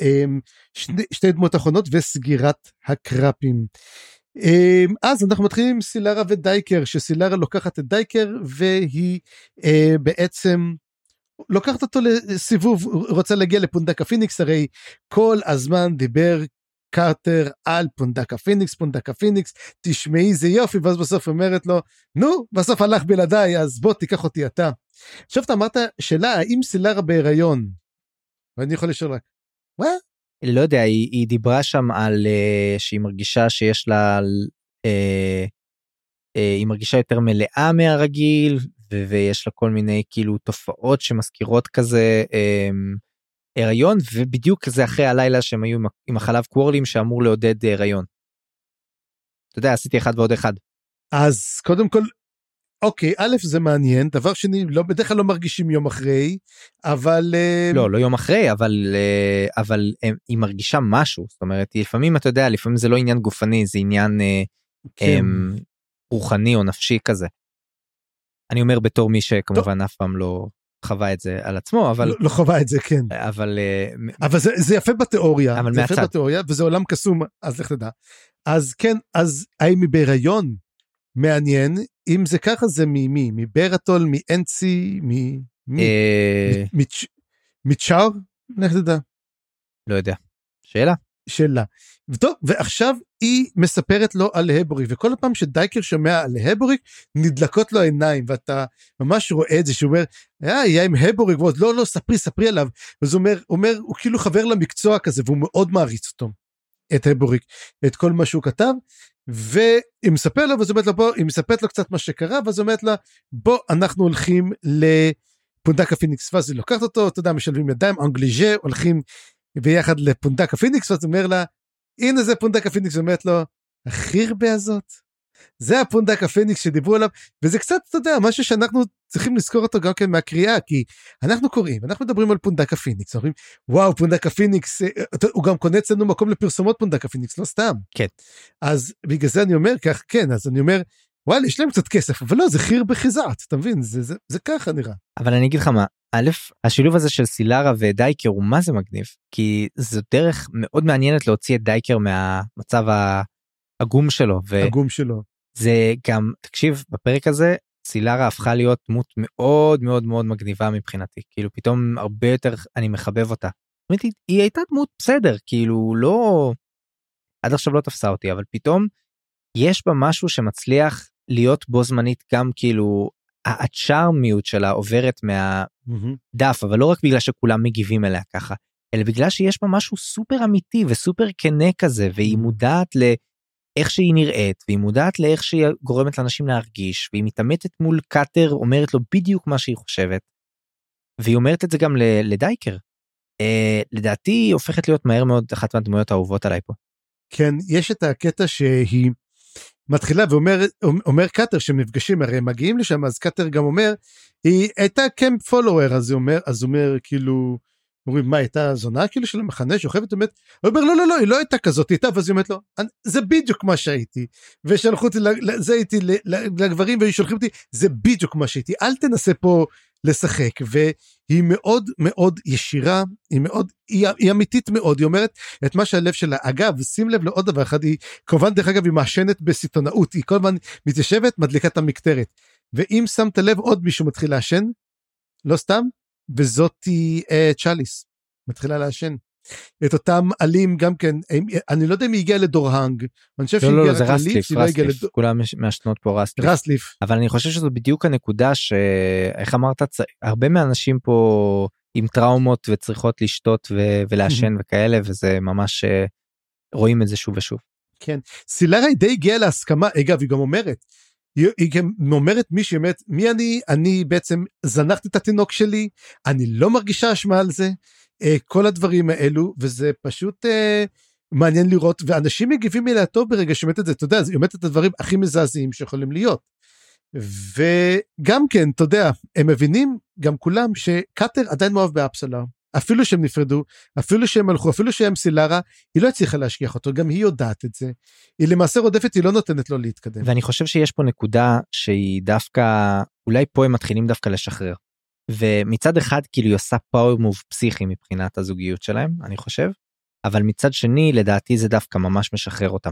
[SPEAKER 2] שתי דמות אחרונות וסגירת הקרפים. אז אנחנו מתחילים עם סילרה ודייקר, שסילרה לוקחת את דייקר והיא בעצם לוקחת אותו לסיבוב, רוצה להגיע לפונדק הפיניקס, הרי כל הזמן דיבר קארטר על פונדק הפיניקס, תשמעי זה יופי, ואז בסוף אומרת לו, נו, בסוף הלך בלעדיי, אז בוא תיקח אותי אתה. עכשיו אתה אמרת שאלה, האם סילרה בהיריון? ואני יכול לשאול רק, מה?
[SPEAKER 1] לא יודע, היא דיברה שם על שהיא מרגישה שיש לה, היא מרגישה יותר מלאה מהרגיל, ויש לה כל מיני כאילו תופעות שמזכירות כזה הריון, ובדיוק זה אחרי הלילה שהם היו עם החלב קוורלים שאמור לעודד הריון. אתה יודע, עשיתי אחד ועוד אחד.
[SPEAKER 2] אז קודם כל, אוקיי, א' זה מעניין, דבר שני, בדרך כלל לא מרגישים יום אחרי, אבל...
[SPEAKER 1] לא יום אחרי, אבל היא מרגישה משהו, זאת אומרת, לפעמים אתה יודע, לפעמים זה לא עניין גופני, זה עניין רוחני או נפשי כזה. אני אומר בתור מי שכמובן אף פעם לא חווה את זה על עצמו, אבל... לא
[SPEAKER 2] חווה את זה, כן.
[SPEAKER 1] אבל
[SPEAKER 2] זה יפה בתיאוריה,
[SPEAKER 1] אבל
[SPEAKER 2] זה יפה בתיאוריה, וזה עולם קסום, אז לך תדע. אז כן, אז האם היא בהיריון? מעניין, אם זה ככה זה ממי? מברטול, מאנצי, מצ'אר? לך תדע.
[SPEAKER 1] לא יודע. שאלה.
[SPEAKER 2] טוב, ועכשיו היא מספרת לו על הבוריק, וכל פעם שדייקר שומע על הבוריק, נדלקות לו העיניים, ואתה ממש רואה את זה, שהוא אומר, יהיה עם הבוריק, ועוד לא, ספרי עליו, ואז הוא אומר, הוא כאילו חבר למקצוע כזה, והוא מאוד מעריץ אותו, את הבוריק, את כל מה שהוא כתב, והיא מספרת לו, היא מספרת לו קצת מה שקרה, ואז אומרת לה, בוא, אנחנו הולכים לפונדק הפיניקס, ואז היא לוקחת אותו, אתה יודע, משלבים ידיים, אנגליז'ה, הולכים ביחד לפונדק הפיניקס, ואז אומר לה, הנה זה פונדק הפיניקס, אומרת לו, החירבה הזאת, זה הפונדק הפיניקס שדיברו עליו, וזה קצת, אתה יודע, משהו שאנחנו צריכים לזכור אותו גם כן מהקריאה, כי אנחנו קוראים, אנחנו מדברים על פונדק הפיניקס, אומרים, וואו, פונדק הפיניקס, הוא גם קונה אצלנו מקום לפרסומות פונדק הפיניקס, לא סתם.
[SPEAKER 1] כן.
[SPEAKER 2] אז בגלל זה אני אומר, כך, כן, אז אני אומר, וואלה, יש להם קצת כסף, אבל לא, זה חירבה חיזעת, אתה מבין, זה ככה נראה.
[SPEAKER 1] אבל אני אגיד לך מה, א', השילוב הזה של סילרה ודייקר הוא מה זה מגניב, כי זו דרך מאוד מעניינת להוציא את דייקר מהמצב העגום שלו.
[SPEAKER 2] עגום שלו.
[SPEAKER 1] זה גם, תקשיב, בפרק הזה, סילרה הפכה להיות דמות מאוד מאוד מאוד מגניבה מבחינתי, כאילו פתאום הרבה יותר אני מחבב אותה. היא הייתה דמות בסדר, כאילו לא, עד עכשיו לא תפסה אותי, אבל פתאום יש בה משהו שמצליח להיות בו זמנית גם כאילו, הצ'ארמיות שלה עוברת מהדף, אבל לא רק בגלל שכולם מגיבים אליה ככה, אלא בגלל שיש בה משהו סופר אמיתי וסופר כנה כזה, והיא מודעת לאיך שהיא נראית, והיא מודעת לאיך שהיא גורמת לאנשים להרגיש, והיא מתעמתת מול קאטר, אומרת לו בדיוק מה שהיא חושבת, והיא אומרת את זה גם לדייקר. לדעתי היא הופכת להיות מהר מאוד אחת מהדמויות האהובות עליי פה.
[SPEAKER 2] כן, יש את הקטע שהיא מתחילה ואומר קאטר שמפגשים, הרי הם מגיעים לשם, אז קאטר גם אומר, היא הייתה קמפ פולוור, אז הוא אומר כאילו, אומרים, מה, הייתה זונה כאילו של המחנה שוכבת? הוא אומר, לא, היא לא הייתה כזאת, היא הייתה, ואז היא אומרת לו, זה בדיוק מה שהייתי, ושלחו אותי, זה הייתי לגברים, ושולחים אותי, זה בדיוק מה שהייתי, אל תנסה פה לשחק, והיא מאוד מאוד ישירה, היא אמיתית מאוד, היא אומרת את מה שהלב שלה, אגב, שים לב לעוד דבר אחד, היא כמובן דרך אגב היא מעשנת בסיטונאות, היא כל הזמן מתיישבת, מדליקה את המקטרת, ואם שמת לב עוד מישהו מתחיל לעשן, לא סתם, וזאתי צ'אליס, מתחילה לעשן. את אותם עלים גם כן, אני לא יודע אם היא הגיעה לדורהנג, אני חושב שהיא הגיעה
[SPEAKER 1] זה רסליף, כולם מהשנות פה רסליף. אבל אני חושב שזו בדיוק הנקודה שאיך אמרת, הרבה מהאנשים פה עם טראומות וצריכות לשתות ולעשן וכאלה, וזה ממש רואים את זה שוב ושוב.
[SPEAKER 2] כן, סילרה די הגיעה להסכמה, אגב היא גם אומרת, היא גם אומרת מישהי, מי אני בעצם זנחתי את התינוק שלי, אני לא מרגישה אשמה על זה, כל הדברים האלו, וזה פשוט מעניין לראות, ואנשים מגיבים אליה טוב ברגע שאומרת את זה, אתה יודע, היא אומרת את הדברים הכי מזעזעים שיכולים להיות, וגם כן, אתה יודע, הם מבינים גם כולם שקאטר עדיין מאוהב באבסלום, אפילו שהם נפרדו, אפילו שהם הלכו, אפילו שהם סילרה, היא לא הצליחה להשכיח אותו, גם היא יודעת את זה, היא למעשה רודפת, היא לא נותנת לו להתקדם.
[SPEAKER 1] ואני חושב שיש פה נקודה שהיא דווקא, אולי פה הם מתחילים דווקא לשחרר, ומצד אחד כאילו היא עושה פאוור מוב פסיכי מבחינת הזוגיות שלהם, אני חושב, אבל מצד שני לדעתי זה דווקא ממש משחרר אותם.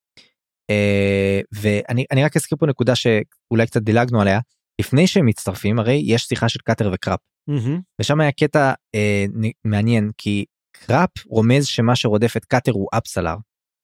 [SPEAKER 1] ואני רק אזכיר פה נקודה שאולי קצת דילגנו עליה, לפני שהם מצטרפים, הרי יש שיחה של קאטר וקראפ, ושם היה קטע מעניין, כי קראפ רומז שמה שרודף את קאטר הוא אפסלר,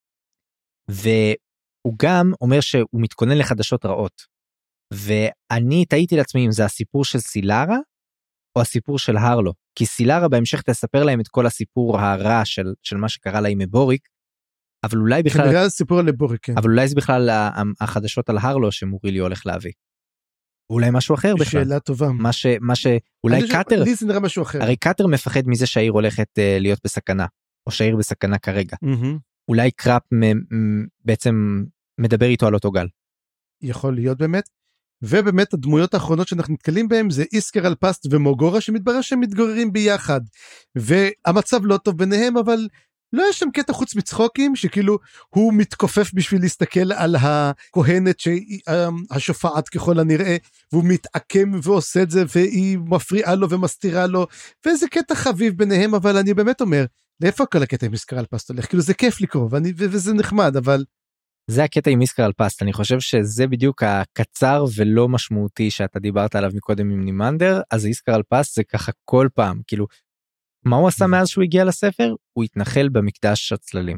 [SPEAKER 1] והוא גם אומר שהוא מתכונן לחדשות רעות, ואני תהיתי לעצמי אם זה הסיפור של סילרה, או הסיפור של הרלו, כי סילרה בהמשך תספר להם את כל הסיפור הרע של מה שקרה לה עם בוריק, אבל אולי בכלל,
[SPEAKER 2] כנראה הסיפור על בוריק, כן.
[SPEAKER 1] אבל אולי זה בכלל החדשות על הרלו שמורילי הולך להביא. אולי משהו אחר בכלל.
[SPEAKER 2] שאלה טובה.
[SPEAKER 1] מה שאולי קאטר,
[SPEAKER 2] לי זה נראה משהו אחר.
[SPEAKER 1] הרי קאטר מפחד מזה שהעיר הולכת להיות בסכנה, או שהעיר בסכנה כרגע. אולי קראפ בעצם מדבר איתו על אותו גל.
[SPEAKER 2] יכול להיות באמת. ובאמת הדמויות האחרונות שאנחנו נתקלים בהם זה איסקר אלפסט ומוגורה שמתברר שהם מתגוררים ביחד, והמצב לא טוב ביניהם, אבל לא יש שם קטע חוץ מצחוקים שכאילו הוא מתכופף בשביל להסתכל על הכהנת השופעת ככל הנראה, והוא מתעקם ועושה את זה והיא מפריעה לו ומסתירה לו, ואיזה קטע חביב ביניהם, אבל אני באמת אומר, לאיפה כל הקטע עם איסקר אלפסט הולך? כאילו זה כיף לקרוא וזה נחמד, אבל
[SPEAKER 1] זה הקטע עם איסקר אלפסט, אני חושב שזה בדיוק הקצר ולא משמעותי שאתה דיברת עליו מקודם עם נימנדר, אז איסקר אלפסט זה ככה כל פעם, כאילו, מה הוא עשה מאז שהוא הגיע לספר? הוא התנחל במקדש הצללים.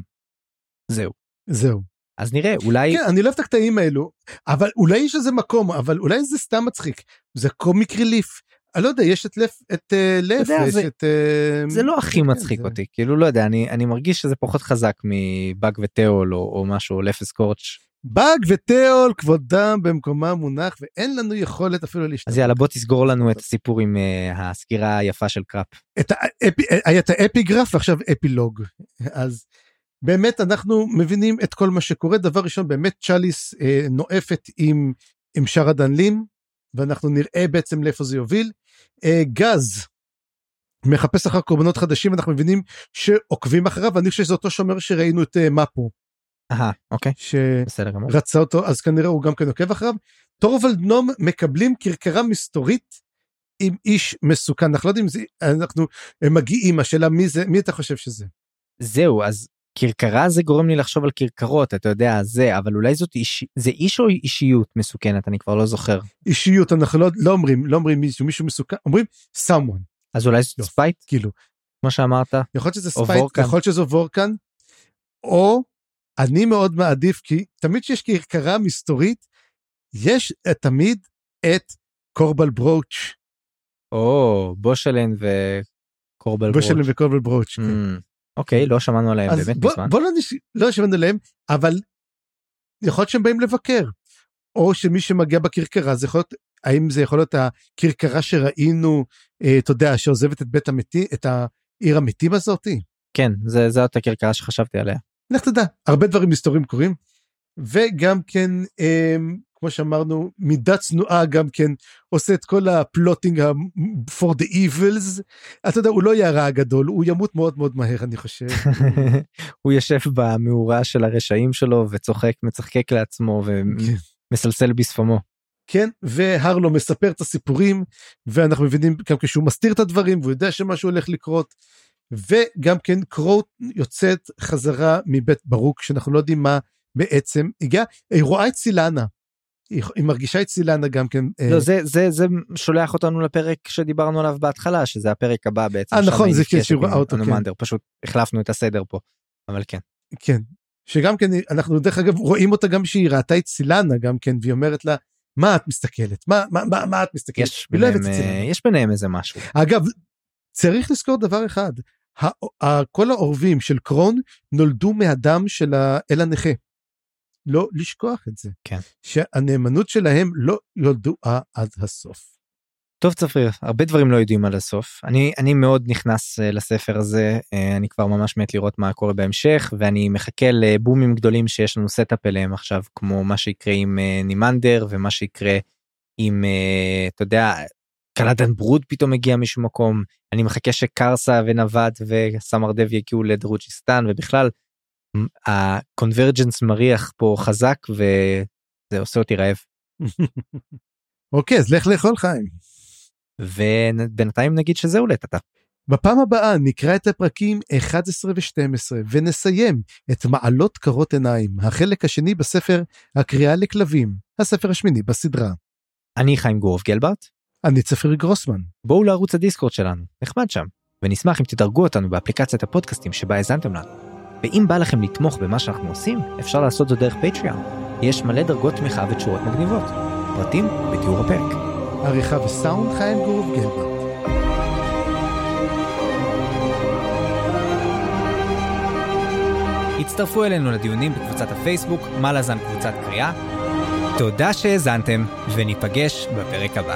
[SPEAKER 1] זהו. אז נראה, אולי...
[SPEAKER 2] כן, אני לא אוהב את הקטעים האלו, אבל אולי יש איזה מקום, אבל אולי זה סתם מצחיק, זה קומיק ריליף, אני לא יודע, יש את לף,
[SPEAKER 1] זה לא הכי מצחיק אותי, כאילו לא יודע, אני מרגיש שזה פחות חזק מבאג וטאול או משהו, לפס קורץ'.
[SPEAKER 2] באג וטאול כבודם במקומם מונח, ואין לנו יכולת אפילו להשתמש.
[SPEAKER 1] אז יאללה, בוא תסגור לנו את הסיפור עם הסגירה היפה של קראפ.
[SPEAKER 2] היה את האפיגרף ועכשיו אפילוג, אז באמת אנחנו מבינים את כל מה שקורה. דבר ראשון, באמת צ'אליס נואפת עם שאר הדנלים, ואנחנו נראה בעצם לאיפה זה יוביל. גז מחפש אחר קורבנות חדשים, אנחנו מבינים שעוקבים אחריו, ואני חושב שזה אותו שומר שראינו את מפו.
[SPEAKER 1] אוקיי.
[SPEAKER 2] שרצה אותו, אז כנראה הוא גם כן עוקב אחריו. טורוולד נום מקבלים כרכרה מסתורית עם איש מסוכן. אנחנו לא יודעים, אנחנו מגיעים, השאלה מי אתה חושב שזה?
[SPEAKER 1] זהו, אז כרכרה זה גורם לי לחשוב על כרכרות, אתה יודע, אבל אולי זה איש או אישיות מסוכנת, אני כבר לא זוכר.
[SPEAKER 2] אישיות, אנחנו לא אומרים מישהו מסוכן, אומרים someone.
[SPEAKER 1] אז אולי זה ספייט?
[SPEAKER 2] כאילו.
[SPEAKER 1] כמו שאמרת.
[SPEAKER 2] יכול להיות שזה ספייט, יכול להיות שזה וורקן, או אני מאוד מעדיף, כי תמיד שיש כרכרה מסתורית, יש תמיד את קורבל ברוץ'.
[SPEAKER 1] בושלן וקורבל ברוץ'.
[SPEAKER 2] בושלן וקורבל ברוץ', כן.
[SPEAKER 1] אוקיי, לא שמענו עליהם באמת בזמן.
[SPEAKER 2] בוא לא שמענו עליהם, אבל יכול להיות שהם באים לבקר, או שמי שמגיע בכרכרה, האם זה יכול להיות הכרכרה שראינו, אתה יודע, שעוזבת את בית המתים, את העיר המתים הזאת?
[SPEAKER 1] כן, זה אותה כרכרה שחשבתי עליה.
[SPEAKER 2] לך תדע, הרבה דברים היסטוריים קורים, וגם כן, כמו שאמרנו, מידה צנועה גם כן, עושה את כל הפלוטינג for the evils, אתה יודע, הוא לא יהיה הרע הגדול, הוא ימות מאוד מאוד מהר, אני חושב.
[SPEAKER 1] הוא יושב במאורה של הרשעים שלו, וצוחק, מצחקק לעצמו, ומסלסל בשפמו.
[SPEAKER 2] כן, והרלו מספר את הסיפורים, ואנחנו מבינים גם כשהוא מסתיר את הדברים, והוא יודע שמשהו הולך לקרות, וגם כן קרו יוצאת חזרה מבית ברוק, שאנחנו לא יודעים מה בעצם הגיע, היא רואה את סילנה, היא מרגישה את סילנה גם כן.
[SPEAKER 1] לא, זה שולח אותנו לפרק שדיברנו עליו בהתחלה, שזה הפרק הבא בעצם.
[SPEAKER 2] נכון, זה כשהיא רואה אותו, כן.
[SPEAKER 1] פשוט החלפנו את הסדר פה, אבל כן.
[SPEAKER 2] כן, שגם כן, אנחנו דרך אגב רואים אותה גם שהיא ראתה את סילנה גם כן, והיא אומרת לה, מה את מסתכלת? מה את מסתכלת?
[SPEAKER 1] יש ביניהם איזה משהו.
[SPEAKER 2] אגב, צריך לזכור דבר אחד, כל העורבים של קרון נולדו מהדם של האל הנכה. לא לשכוח את זה.
[SPEAKER 1] כן.
[SPEAKER 2] שהנאמנות שלהם לא ידועה עד הסוף.
[SPEAKER 1] טוב צפריר, הרבה דברים לא יודעים עד הסוף. אני מאוד נכנס לספר הזה, אני כבר ממש מת לראות מה קורה בהמשך, ואני מחכה לבומים גדולים שיש לנו סטאפ אליהם עכשיו, כמו מה שיקרה עם נימנדר, ומה שיקרה עם, אתה יודע, קלדן ברוד פתאום מגיע משום מקום, אני מחכה שקרסה ונבט וסמרדב יגיעו לדרוג'יסטן, ובכלל, הקונברג'נס מריח פה חזק, וזה עושה אותי רעב.
[SPEAKER 2] אוקיי, אז לך לאכול חיים.
[SPEAKER 1] ובינתיים נגיד שזהו לטאטה.
[SPEAKER 2] בפעם הבאה נקרא את הפרקים 11 ו-12, ונסיים את מעלות קרות עיניים, החלק השני בספר הקריאה לכלבים, הספר השמיני בסדרה.
[SPEAKER 1] אני חיים גורוב גלברט.
[SPEAKER 2] אני צפריר גרוסמן.
[SPEAKER 1] בואו לערוץ הדיסקורד שלנו, נחמד שם, ונשמח אם תדרגו אותנו באפליקציית הפודקאסטים שבה האזנתם לנו. ואם בא לכם לתמוך במה שאנחנו עושים, אפשר לעשות זאת דרך פטריון. יש מלא דרגות תמיכה ותשורות מגניבות. פרטים בתיאור הפרק.
[SPEAKER 2] עריכה וסאונד חיים גורוב גלברט.
[SPEAKER 1] הצטרפו אלינו לדיונים בקבוצת הפייסבוק, מה לזן קבוצת קריאה. תודה שהאזנתם, וניפגש בפרק הבא.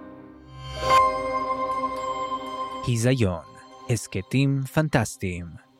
[SPEAKER 1] היזיון, הסקטים פנטסטיים.